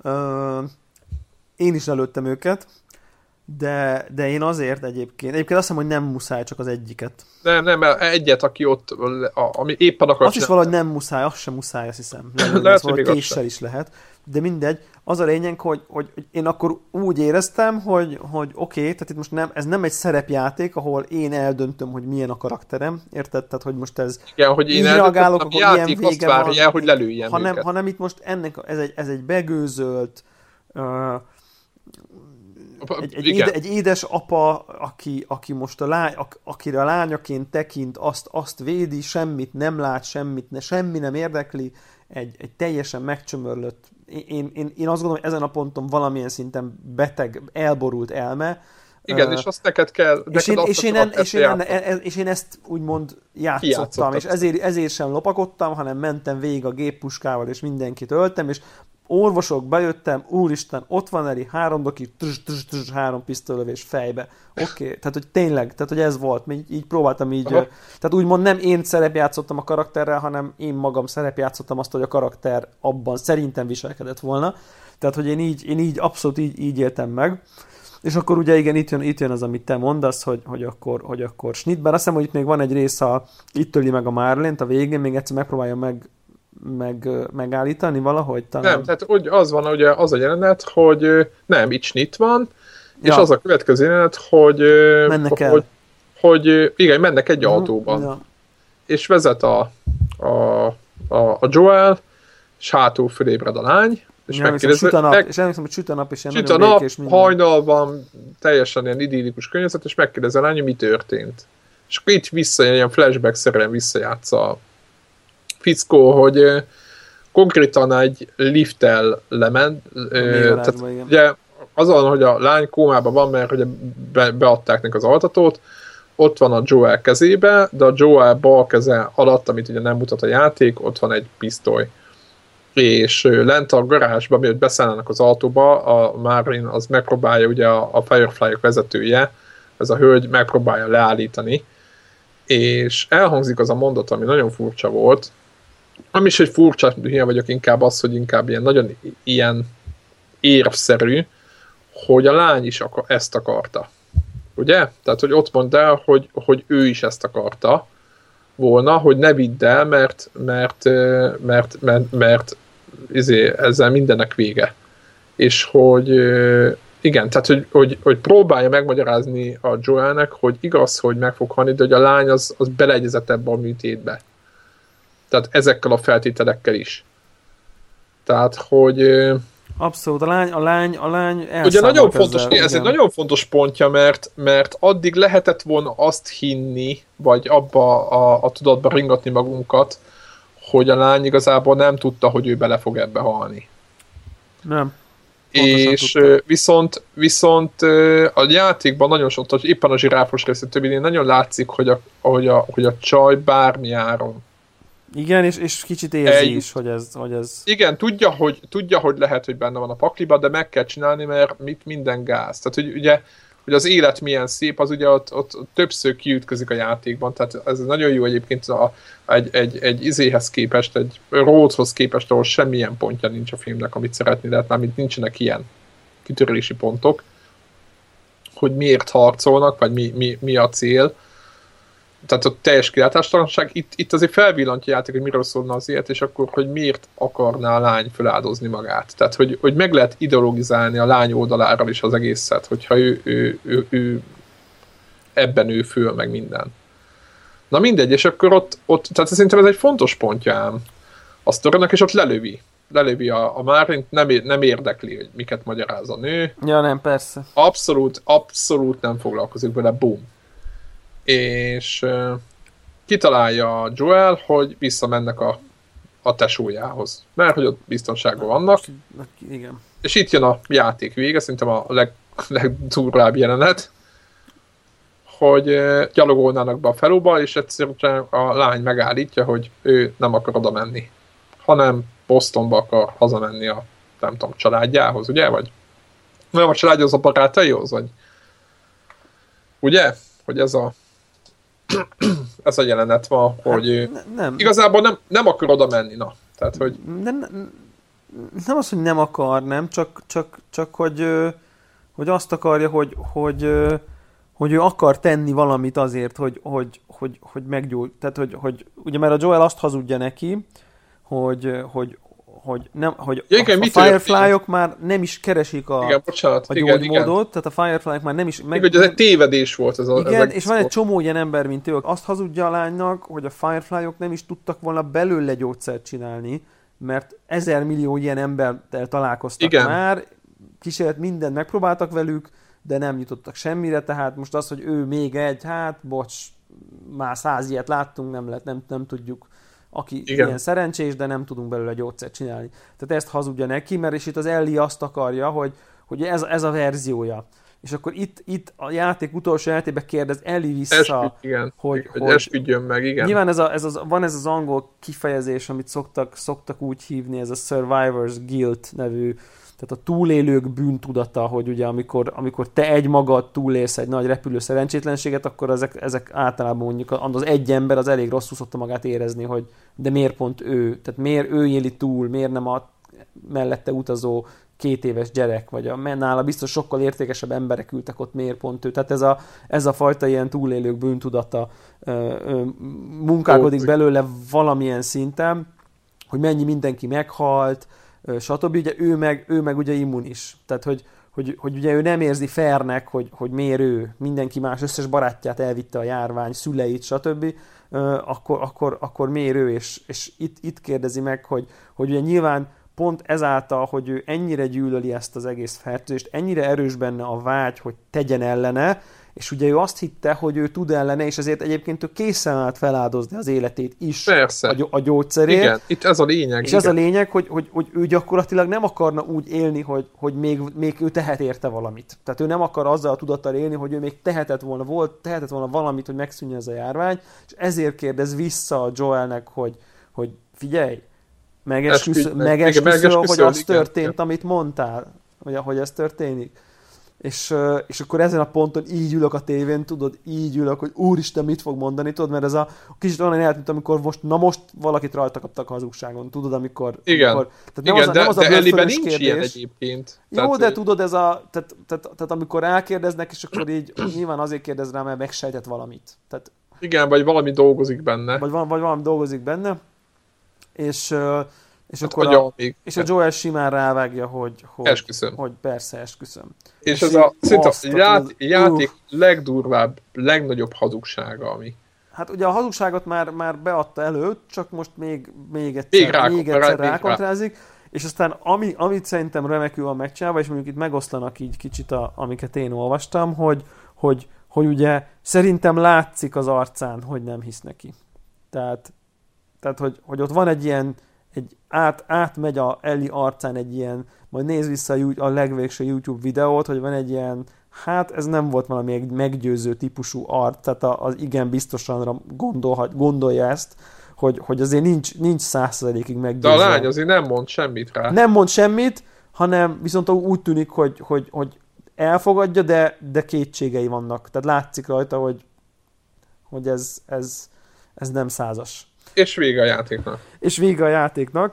én is lelőttem őket, de én azért egyébként azt hiszem, hogy nem muszáj csak az egyiket. Nem, egyet, aki ott, ami éppen akar. Azt is valahogy nem muszáj, az sem muszáj, azt hiszem. Lehet, hogy késsel is lehet. De mindegy, az a lényeg, hogy én akkor úgy éreztem, hogy oké, tehát itt most ez nem egy szerepjáték, ahol én eldöntöm, hogy milyen a karakterem, érted? Tehát, hogy most ez igen, hogy én reagálok, akkor ilyen vége azt várja el, hogy lelőjem hanem itt most ez egy begőzölt egy édes apa, aki most akire a lányaként tekint, azt védi, semmit nem lát, semmi nem érdekli, egy teljesen megcsömörlött, én azt gondolom, hogy ezen a ponton valamilyen szinten beteg, elborult elme. Igen, és azt neked kell... És én ezt úgymond játszottam, és ezért sem lopakodtam, hanem mentem végig a géppuskával, és mindenkit öltem, és orvosok, bejöttem, úristen, ott van Eri, 3 doki, 3 pisztolylövés fejbe. Oké, tehát hogy tényleg, tehát hogy ez volt, így próbáltam így, tehát úgymond nem én szerepjátszottam a karakterrel, hanem én magam szerepjátszottam azt, hogy a karakter abban szerintem viselkedett volna. Tehát, hogy én így abszolút így éltem meg. És akkor ugye igen, itt jön az, amit te mondasz, hogy akkor snit, bár azt hiszem, hogy itt még van egy rész, itt öli meg a Marlene-t a végén, még egyszer megpróbálja megállítani valahogy talán. Nem, tehát az van, ugye az a jelenet, hogy nem, itt snit van, és az a következő jelenet, hogy mennek el. Hogy igen, mennek egy autóban. Ja. És vezet a Joel, és hátul fölébred a lány, és megkérdezi. És emlékszem, hogy süt a nap, és ilyen süt a nap, hajnalban, teljesen ilyen idillikus környezet, és megkérdezi a lány, hogy mi történt. És akkor itt ilyen flashback-szerűen visszajátsza a fickó, hogy konkrétan egy lifttel lement. Tehát ugye azon, hogy a lány kómában van, mert ugye beadták neki az altatót, ott van a Joel kezébe, de a Joel bal keze alatt, amit ugye nem mutat a játék, ott van egy pisztoly. És lent a garázsban, mielőtt beszállnak az autóba, a Marlene az megpróbálja, ugye a Firefly-ok vezetője, ez a hölgy megpróbálja leállítani, és elhangzik az a mondat, ami nagyon furcsa volt, ami is egy furcsa, hülye vagyok, inkább az, hogy inkább ilyen nagyon ilyen érvszerű, hogy a lány is ezt akarta. Ugye? Tehát, hogy ott mondd el, hogy ő is ezt akarta volna, hogy ne vidd el, mert ezzel mindennek vége. És hogy igen, tehát, hogy próbálja megmagyarázni a Joelnek, hogy igaz, hogy meg fog halni, de hogy a lány az beleegyezett ebbe a műtétbe. Tehát ezekkel a feltételekkel is. Tehát, hogy... Abszolút, a lány ugye nagyon fontos, ez egy nagyon fontos pontja, mert addig lehetett volna azt hinni, vagy abba a tudatba ringatni magunkat, hogy a lány igazából nem tudta, hogy ő bele fog ebbe halni. Nem. És viszont a játékban nagyon sok, hogy éppen a zsiráfos rész többén nagyon látszik, hogy a csaj bármi áron. Igen, és kicsit érzi is, hogy ez... Igen, tudja, hogy lehet, hogy benne van a pakliba, de meg kell csinálni, mert minden gáz. Tehát, hogy ugye, hogy az élet milyen szép, az ugye ott többször kiütközik a játékban, tehát ez nagyon jó egyébként egy izéhez képest, egy Rhodeshoz képest, ahol semmilyen pontja nincs a filmnek, amit szeretni lehet, mármint nincsenek ilyen kitörési pontok, hogy miért harcolnak, vagy mi a cél. Tehát a teljes kilátástalanság, itt azért felvillantja a játék, hogy miről szólna az élet, és akkor, hogy miért akarná a lány feláldozni magát. Tehát, hogy meg lehet ideologizálni a lány oldaláról is az egészet, hogyha ő ebben ő föl, meg minden. Na mindegy, és akkor ott tehát szerintem ez egy fontos pontja ám a sztorinak, és ott lelövi a Marlint, nem érdekli, hogy miket magyaráz a nő. Ja, nem, persze. Abszolút nem foglalkozik vele, boom. És kitalálja Joel, hogy visszamennek a tesójához. Mert hogy ott biztonságban vannak. Igen. És itt jön a játék vége, szerintem a legdurvább jelenet, hogy gyalogolnának be a felóba, és egyszerűen a lány megállítja, hogy ő nem akar oda menni, hanem Bostonba akar hazamenni a, nem tudom, családjához, ugye? Vagy nem a családjához, a barátaihoz, vagy ugye? Hogy ez a jelenet van, hogy nem. Igazából nem akar oda menni, na. Tehát, hogy... Nem az, hogy nem akar, nem, csak hogy azt akarja, hogy ő akar tenni valamit azért, hogy meggyógy. Tehát, hogy ugye mert a Joel azt hazudja neki, hogy a Firefly-ok már nem is keresik a gyógymódot, tehát a Firefly-ok már nem is... hogy ez egy tévedés volt ez a... Igen, és van egy csomó ilyen ember, mint ő, azt hazudja a lánynak, hogy a Firefly-ok nem is tudtak volna belőle gyógyszert csinálni, mert 1000 millió ilyen emberrel találkoztak már, kísérlet mindent megpróbáltak velük, de nem jutottak semmire, tehát most az, hogy ő még egy, bocs, már 100 ilyet láttunk, nem tudjuk, aki ilyen szerencsés, de nem tudunk belőle gyógyszert csinálni. Tehát ezt hazudja neki, mert és itt az Ellie azt akarja, hogy ez a verziója. És akkor itt a játék utolsó játékben kérdez Ellie vissza, hogy esküdjön meg, igen. Nyilván van ez az angol kifejezés, amit szoktak úgy hívni, ez a Survivor's Guilt nevű, tehát a túlélők bűntudata, hogy ugye amikor te egymagad túlélsz egy nagy repülő szerencsétlenséget, akkor ezek általában mondjuk az egy ember az elég rosszul szokta magát érezni, hogy de miért pont ő, tehát miért ő éli túl, miért nem a mellette utazó 2 éves gyerek, vagy nála biztos sokkal értékesebb emberek ültek ott, miért pont ő. Tehát ez a fajta ilyen túlélők bűntudata munkálkodik belőle valamilyen szinten, hogy mennyi mindenki meghalt, stb. Ugye ő meg ugye immunis. Tehát, hogy ugye ő nem érzi fairnek, hogy miért ő, mindenki más összes barátját elvitte a járvány, szüleit, stb. Akkor miért ő, és itt kérdezi meg, hogy ugye nyilván pont ezáltal, hogy ő ennyire gyűlöli ezt az egész fertőzést, ennyire erős benne a vágy, hogy tegyen ellene, és ugye ő azt hitte, hogy ő tud ellene, és ezért egyébként ő készen állt feláldozni az életét is a gyógyszerért. Igen, itt ez a lényeg. És ez a lényeg, hogy ő gyakorlatilag nem akarna úgy élni, hogy még ő tehet érte valamit. Tehát ő nem akar azzal a tudattal élni, hogy ő még tehetett volna valamit, hogy megszűnjön ez a járvány, és ezért kérdez vissza a Joelnek, hogy figyelj, megesküszöl, hogy az történt, amit mondtál, hogy ez történik. És akkor ezen a ponton így ülök a tévén, tudod, így ülök, hogy úristen, mit fog mondani, tudod, mert ez a kicsit olyan jelent, mint amikor most valakit rajta kaptak a hazugságon, tudod, amikor... Igen, nem az a Ellie-ben nincs kérdés. Ilyen egyébként. Jó, de tudod, tehát amikor elkérdeznek, és akkor így nyilván azért kérdez rá, mert megsejtett valamit. Tehát, igen, vagy valami dolgozik benne. Vagy valami dolgozik benne, és akkor a Joel simán rávágja, hogy esküszöm. Hogy persze, esküszöm. És ez a játék legdurvább, legnagyobb hazugsága, ami... Hát ugye a hazugságot már beadta előtt, csak most még egyszer rákontrázik, és aztán amit szerintem remekül van megcsinálva, és mondjuk itt megoszlanak így kicsit amiket én olvastam, hogy ugye szerintem látszik az arcán, hogy nem hisz neki. Tehát hogy ott van egy ilyen, átmegy a Ellie arcán egy ilyen, majd nézz vissza a legvégső YouTube videót, hogy van egy ilyen, ez nem volt valami egy meggyőző típusú arc, tehát az igen biztosan gondolja ezt, hogy azért nincs 100%-ig meggyőző. De a lány azért nem mond semmit rá. Nem mond semmit, hanem viszont úgy tűnik, hogy elfogadja, de kétségei vannak. Tehát látszik rajta, hogy ez nem 100-as. És vége a játéknak.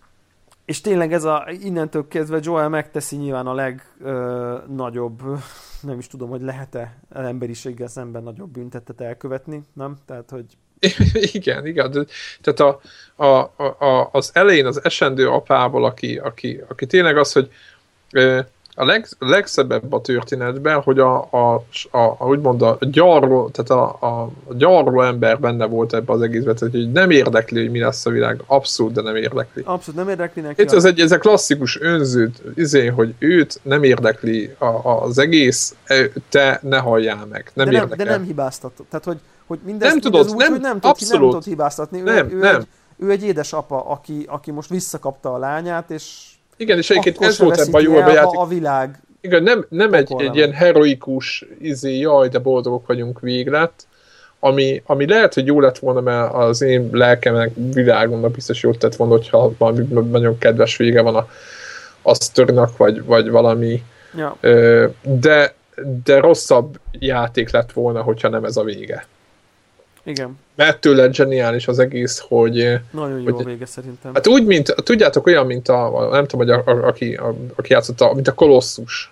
És tényleg innentől kezdve Joel megteszi nyilván a legnagyobb nem is tudom, hogy lehet-e emberiséggel szemben nagyobb büntetet elkövetni, nem? Tehát, hogy... Igen. Tehát az elején az esendő apából, aki tényleg az, hogy a legszebebb a történetben, hogy úgymond a gyarló, tehát a gyarló ember benne volt ebben az egészben, tehát, hogy nem érdekli, hogy mi lesz a világ. Abszolút, de nem érdekli. Abszolút nem érdekli neki. Itt ez a klasszikus önzőt, hogy őt nem érdekli az egész, te ne halljál meg. Nem érdekel. De nem hibáztatod. Tehát, hogy mindez nem tudod, úgy, hogy nem tudod hibáztatni. Nem. Ő egy édesapa, aki most visszakapta a lányát, és igen, és egyébként ez volt ebben a jó a világ. Igen, nem egy ilyen heroikus jaj, de boldogok vagyunk véglet, ami lehet, hogy jó lett volna, mert az én lelkemnek, világomnak biztos jót tett volna, hogyha valami nagyon kedves vége van a sztorinak, vagy valami. Ja. De rosszabb játék lett volna, hogyha nem ez a vége. Igen. Mert ettől lett zseniális az egész, hogy... Nagyon jó a vége szerintem. Hát úgy, mint, tudjátok, olyan, mint nem tudom, hogy aki játszotta, mint a Kolosszus.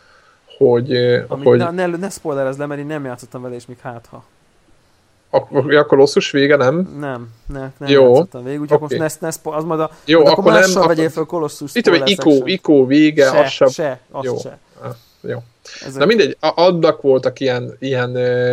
Ne spoilerezz le, mert én nem játszottam vele, és még hátha. A Kolosszus vége, nem? Nem játszottam végig, úgyhogy okay. Most az majd a... Jó, akkor mással vegyél fel Kolosszus spoiler section. Ikó vége, az se. Jó. Na mindegy, annak voltak ilyen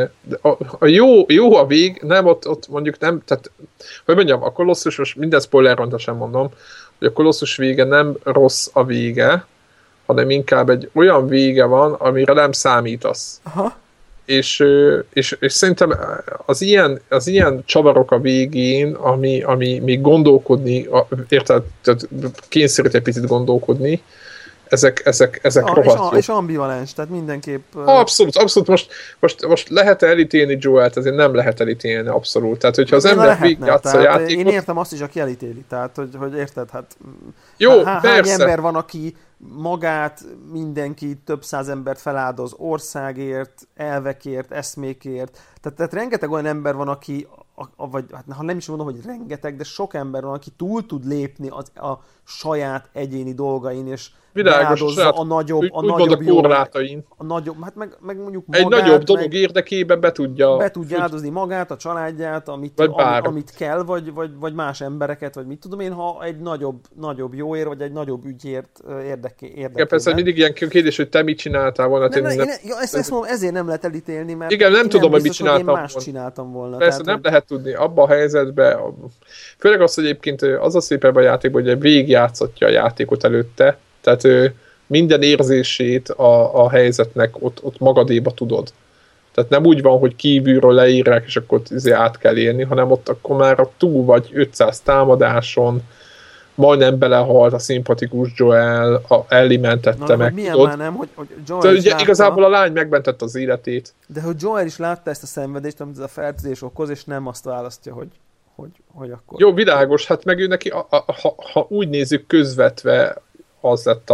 jó a vég, nem, ott mondjuk nem, tehát, hogy mondjam, a Kolosszus, most minden spoilermentesen mondom, hogy a Kolosszus vége nem rossz a vége, hanem inkább egy olyan vége van, amire nem számítasz. Aha. És szerintem az ilyen csavarok a végén, ami még gondolkodni, érted, kényszerít egy picit gondolkodni, ezek rohadt jó. És ambivalens, tehát mindenképp... Abszolút. Most lehet elítélni Joelt, ezért nem lehet elítélni, abszolút. Tehát, hogyha az ember végigjátsza a játékot... Én értem azt is, aki elítéli. Tehát, hogy érted, hát... Jó, hány ember van, aki magát, mindenki, több száz embert feláldoz országért, elvekért, eszmékért. Tehát rengeteg olyan ember van, aki... vagy hát, ha nem is mondom, hogy rengeteg, de sok ember van, aki túl tud lépni a saját egyéni dolgain, és beáldozza a nagyobb korlátain. A nagyobb, hát meg mondjuk egy magát, nagyobb dolog érdekében be tudja áldozni magát, a családját, amit kell, vagy más embereket, vagy mit tudom én, ha egy nagyobb jóért, vagy egy nagyobb ügyért érdekében. Igen, persze mindig ilyen kérdés, hogy te mit csináltál volna. Ezt mondom, ezért nem lehet elítélni, mert igen, nem tudom, hogy mit csináltam volna. Én más csináltam volna. Persze nem lehet tudni abban a helyzetben, főleg az, hogy egyébként az a szép ebben a játékban, hogy végigjátszatja a játékot előtte, tehát minden érzését a helyzetnek ott magadéba tudod. Tehát nem úgy van, hogy kívülről leírják, és akkor át kell érni, hanem ott akkor már túl vagy 500 támadáson, majdnem belehalt a szimpatikus Joel, Ellie mentette meg. Milyen már nem, hogy Joel tehát ugye igazából a lány megmentette az életét. De hogy Joel is látta ezt a szenvedést, amit ez a fertőzés okoz, és nem azt választja, hogy akkor... Jó, világos, hát meg ő neki, ha úgy nézzük közvetve, az lett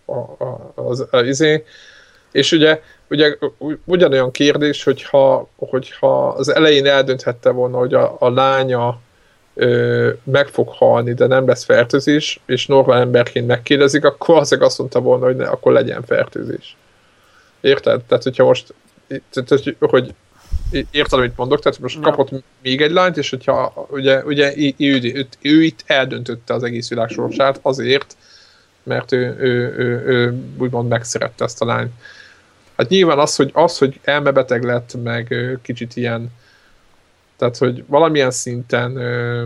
az és ugye ugyanolyan kérdés, hogyha az elején eldönthette volna, hogy a lánya meg fog halni, de nem lesz fertőzés, és normál emberként megkérdezik, akkor azért azt mondta volna, hogy akkor legyen fertőzés. Érted? Tehát, hogyha most hogy érted, amit mondok, tehát most kapott még egy lányt, és hogyha ugye ő itt eldöntötte az egész világ sorsát azért, mert ő úgymond megszerette ezt a lányt. Hát nyilván az, hogy elmebeteg lett, meg kicsit ilyen, tehát, hogy valamilyen szinten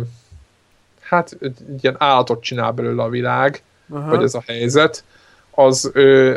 hát ilyen állatot csinál belőle a világ, vagy ez a helyzet, azt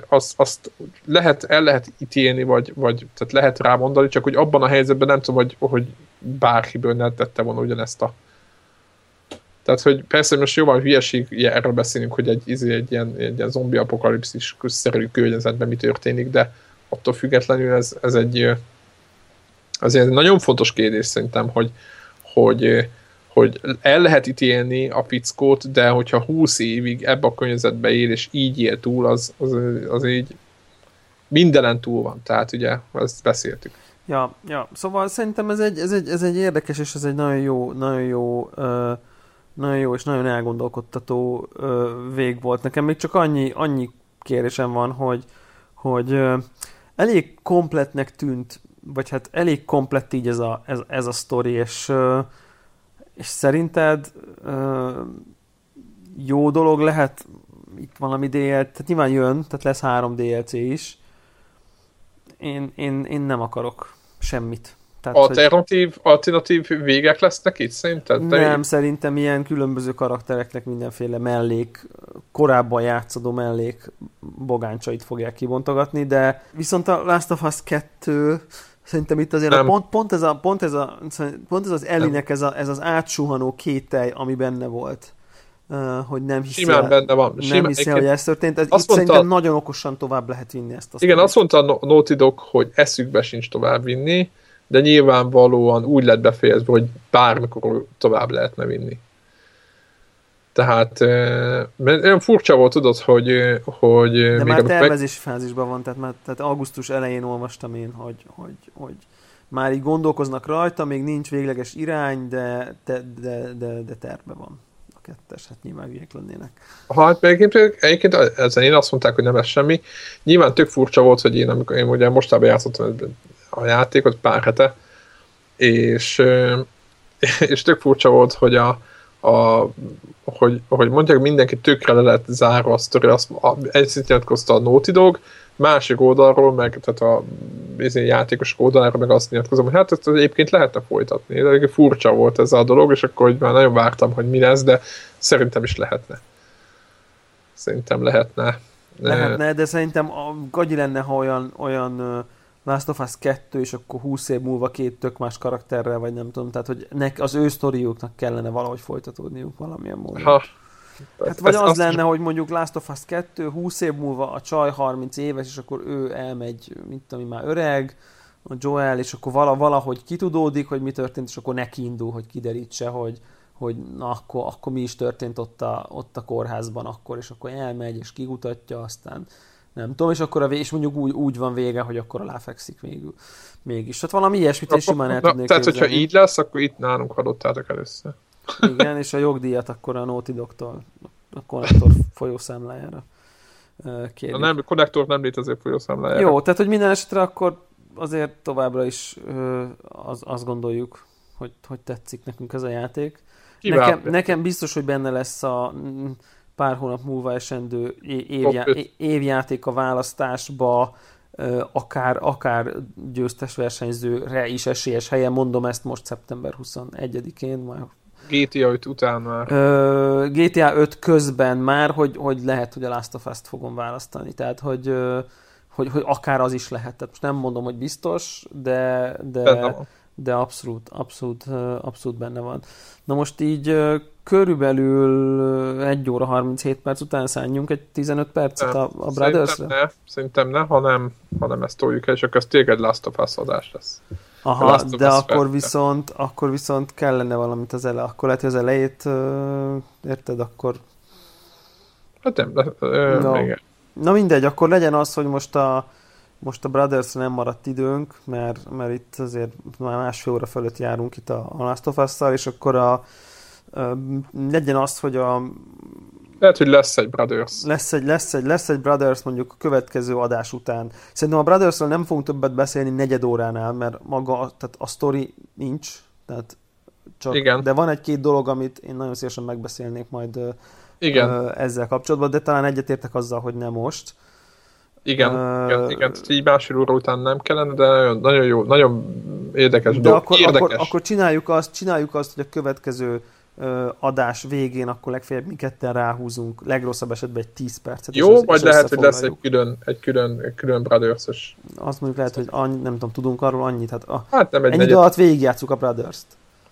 el lehet ítélni, vagy tehát lehet rámondani, csak hogy abban a helyzetben nem tudom, hogy bárkiből ne tette volna ugyanezt a... Tehát, hogy persze most jóval hülyeség erről beszélünk, hogy egy ilyen zombi apokalipszis-szerű környezetben mi történik, de attól függetlenül ez egy nagyon fontos kérdés szerintem, hogy el lehet ítélni a fickót, de hogyha 20 évig ebbe a környezetbe él, és így él túl, az így mindenen túl van. Tehát ugye, ezt beszéltük. Ja, szóval szerintem ez egy érdekes, és ez egy nagyon jó és nagyon elgondolkodtató vég volt. Nekem még csak annyi kérésem van, hogy elég kompletnek tűnt, vagy hát elég komplett így ez a sztori, és szerinted jó dolog lehet itt valami tehát nyilván jön, tehát lesz 3 DLC is. Én nem akarok semmit. Tehát, alternatív végek lesznek itt, szerinted? Nem, szerintem ilyen különböző karaktereknek mindenféle korábban játszadó bogáncsait fogják kibontogatni, de viszont a Last of Us 2 szerintem itt azért pont ez az Ellie-nek ez az átsuhanó kételj, ami benne volt. Hogy nem hiszi, benne van. Nem hiszi, hogy ez történt. Itt szerintem nagyon okosan tovább lehet vinni ezt a sztorit. Igen, azt mondta a Naughty Dog, hogy eszükbe sincs tovább vinni, de nyilvánvalóan úgy lett befejezve, hogy bármikor tovább lehetne vinni. Tehát olyan furcsa volt, tudod, hogy de már tervezési fázisban van, tehát augusztus elején olvastam én, hogy már így gondolkoznak rajta, még nincs végleges irány, de terve van. A 2-es, hát nyilván hülyék lennének. Hát egyébként ezen én azt mondták, hogy nem lesz semmi. Nyilván tök furcsa volt, hogy én ugye mostában játszottam a játékot pár hete, és tök furcsa volt, hogy hogy mondják, mindenki tökre le lett zárva a sztori, egy szintén nyilatkozta a Naughty Dog, másik oldalról, meg tehát a játékos oldaláról meg azt nyilatkozom, hogy hát ezt egyébként lehetne folytatni. De furcsa volt ez a dolog, és akkor már nagyon vártam, hogy mi lesz, de szerintem is lehetne. Szerintem lehetne. Lehetne, de szerintem gagyi lenne, ha olyan Last of Us 2, és akkor 20 év múlva 2 tök más karakterrel, vagy nem tudom, tehát hogy az ő sztoriuknak kellene valahogy folytatódniuk valamilyen módon. Hát vagy az lenne, hogy mondjuk Last of Us 2, 20 év múlva a csaj 30 éves, és akkor ő elmegy, mint tudom, már öreg, a Joel, és akkor valahogy kitudódik, hogy mi történt, és akkor neki indul, hogy kiderítse, hogy na, akkor mi is történt ott a kórházban akkor, és akkor elmegy, és kikutatja, aztán nem tudom, és akkor és mondjuk úgy van vége, hogy akkor aláveszik végül. Mégis. Tehát valami ilyesmit is simán el tudnék tehát, hogyha így lesz, akkor itt nálunk adottátok először. Igen, és a jogdíjat akkor a Naughty Dogtól, a Konnektor folyószámlájára kérjük. A Konnektor nem létező folyószámlájára. Jó, tehát hogy minden esetre akkor azért továbbra is azt gondoljuk, hogy tetszik nekünk ez a játék. Nekem biztos, hogy benne lesz a pár hónap múlva esendő évjáték a választásba, akár győztes versenyzőre is esélyes helyen, mondom ezt most szeptember 21-én már. GTA 5 után már. GTA 5 közben már, hogy lehet, hogy a Last of Us-t fogom választani. Tehát, hogy akár az is lehet. Tehát most nem mondom, hogy biztos, de abszolút benne van. Na most így körülbelül 1 óra 37 perc után szálljunk egy 15 percet a Brothers-re? Szerintem ne, hanem ezt toljuk el, és akkor ez téged Last of Us adás lesz. Aha, de akkor viszont kellene valamit akkor lehet, hogy az elejét érted, akkor... Hát nem, igen. Na mindegy, akkor legyen az, hogy most a Brothers-re nem maradt időnk, mert itt azért már 1,5 óra fölött járunk itt a Last of Us-szal, és akkor legyen az, hogy lehet, hogy lesz egy Brothers. Lesz egy Brothers mondjuk a következő adás után. Szerintem a Brothersről nem fogunk többet beszélni 4 óránál, mert maga, tehát a sztori nincs, tehát csak, igen. De van 1-2 dolog, amit én nagyon szívesen megbeszélnék majd ezzel kapcsolatban, de talán egyetértek azzal, hogy nem most. Igen, így 1,5 óra után nem kellene, de nagyon jó, nagyon érdekes de dolog. Akkor csináljuk azt, hogy a következő adás végén akkor legfeljebb mi ketten ráhúzunk, legrosszabb esetben egy 10 percet. Jó, vagy lehet, hogy lesz egy külön Brothers-os. Azt mondjuk lehet, hogy nem tudom, tudunk arról annyit. Hát nem ennyi idő alatt végigjátszuk a Brothers-t.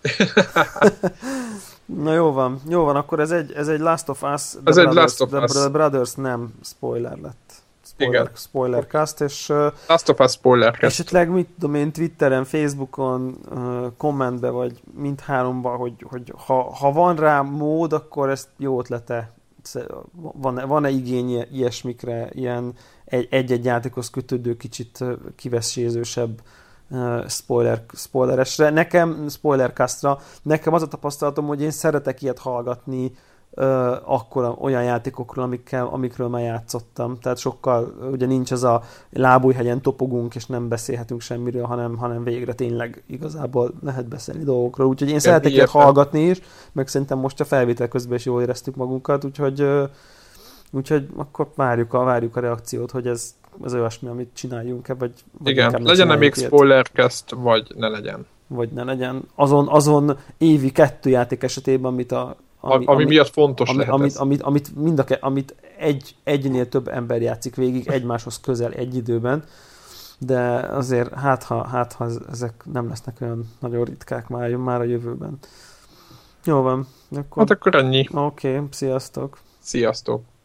Na jó van, akkor ez egy Last of Us. The Brothers nem spoiler lett. Spoilercast, és Last of Us spoilercast. Esetleg mit tudom én Twitteren, Facebookon, kommentbe, vagy mindháromba, hogy ha van rá mód, akkor ezt jó ötlete. Van-e igény ilyesmikre, ilyen egy-egy játékhoz kötődő kicsit kivesézősebb spoileresre. Nekem, spoilercastra, nekem az a tapasztalatom, hogy én szeretek ilyet hallgatni, akkor olyan játékokról, amikről már játszottam. Tehát sokkal, ugye nincs az a lábújhegyen topogunk, és nem beszélhetünk semmiről, hanem végre tényleg igazából lehet beszélni dolgokról. Úgyhogy én szeretnék ilyet hallgatni is, meg szerintem most a felvétel közben is jól éreztük magunkat, úgyhogy akkor várjuk a reakciót, hogy ez olyasmi, amit csináljunk-e, vagy igen, legyen-e még spoilercast, vagy ne legyen. Vagy ne legyen. Azon évi 2 játék esetében, ami miatt fontos lehet amit egynél több ember játszik végig egymáshoz közel egy időben, de azért hát ha ezek nem lesznek olyan nagyon ritkák már a jövőben. Jó van. Hát akkor ennyi. Oké, sziasztok. Sziasztok.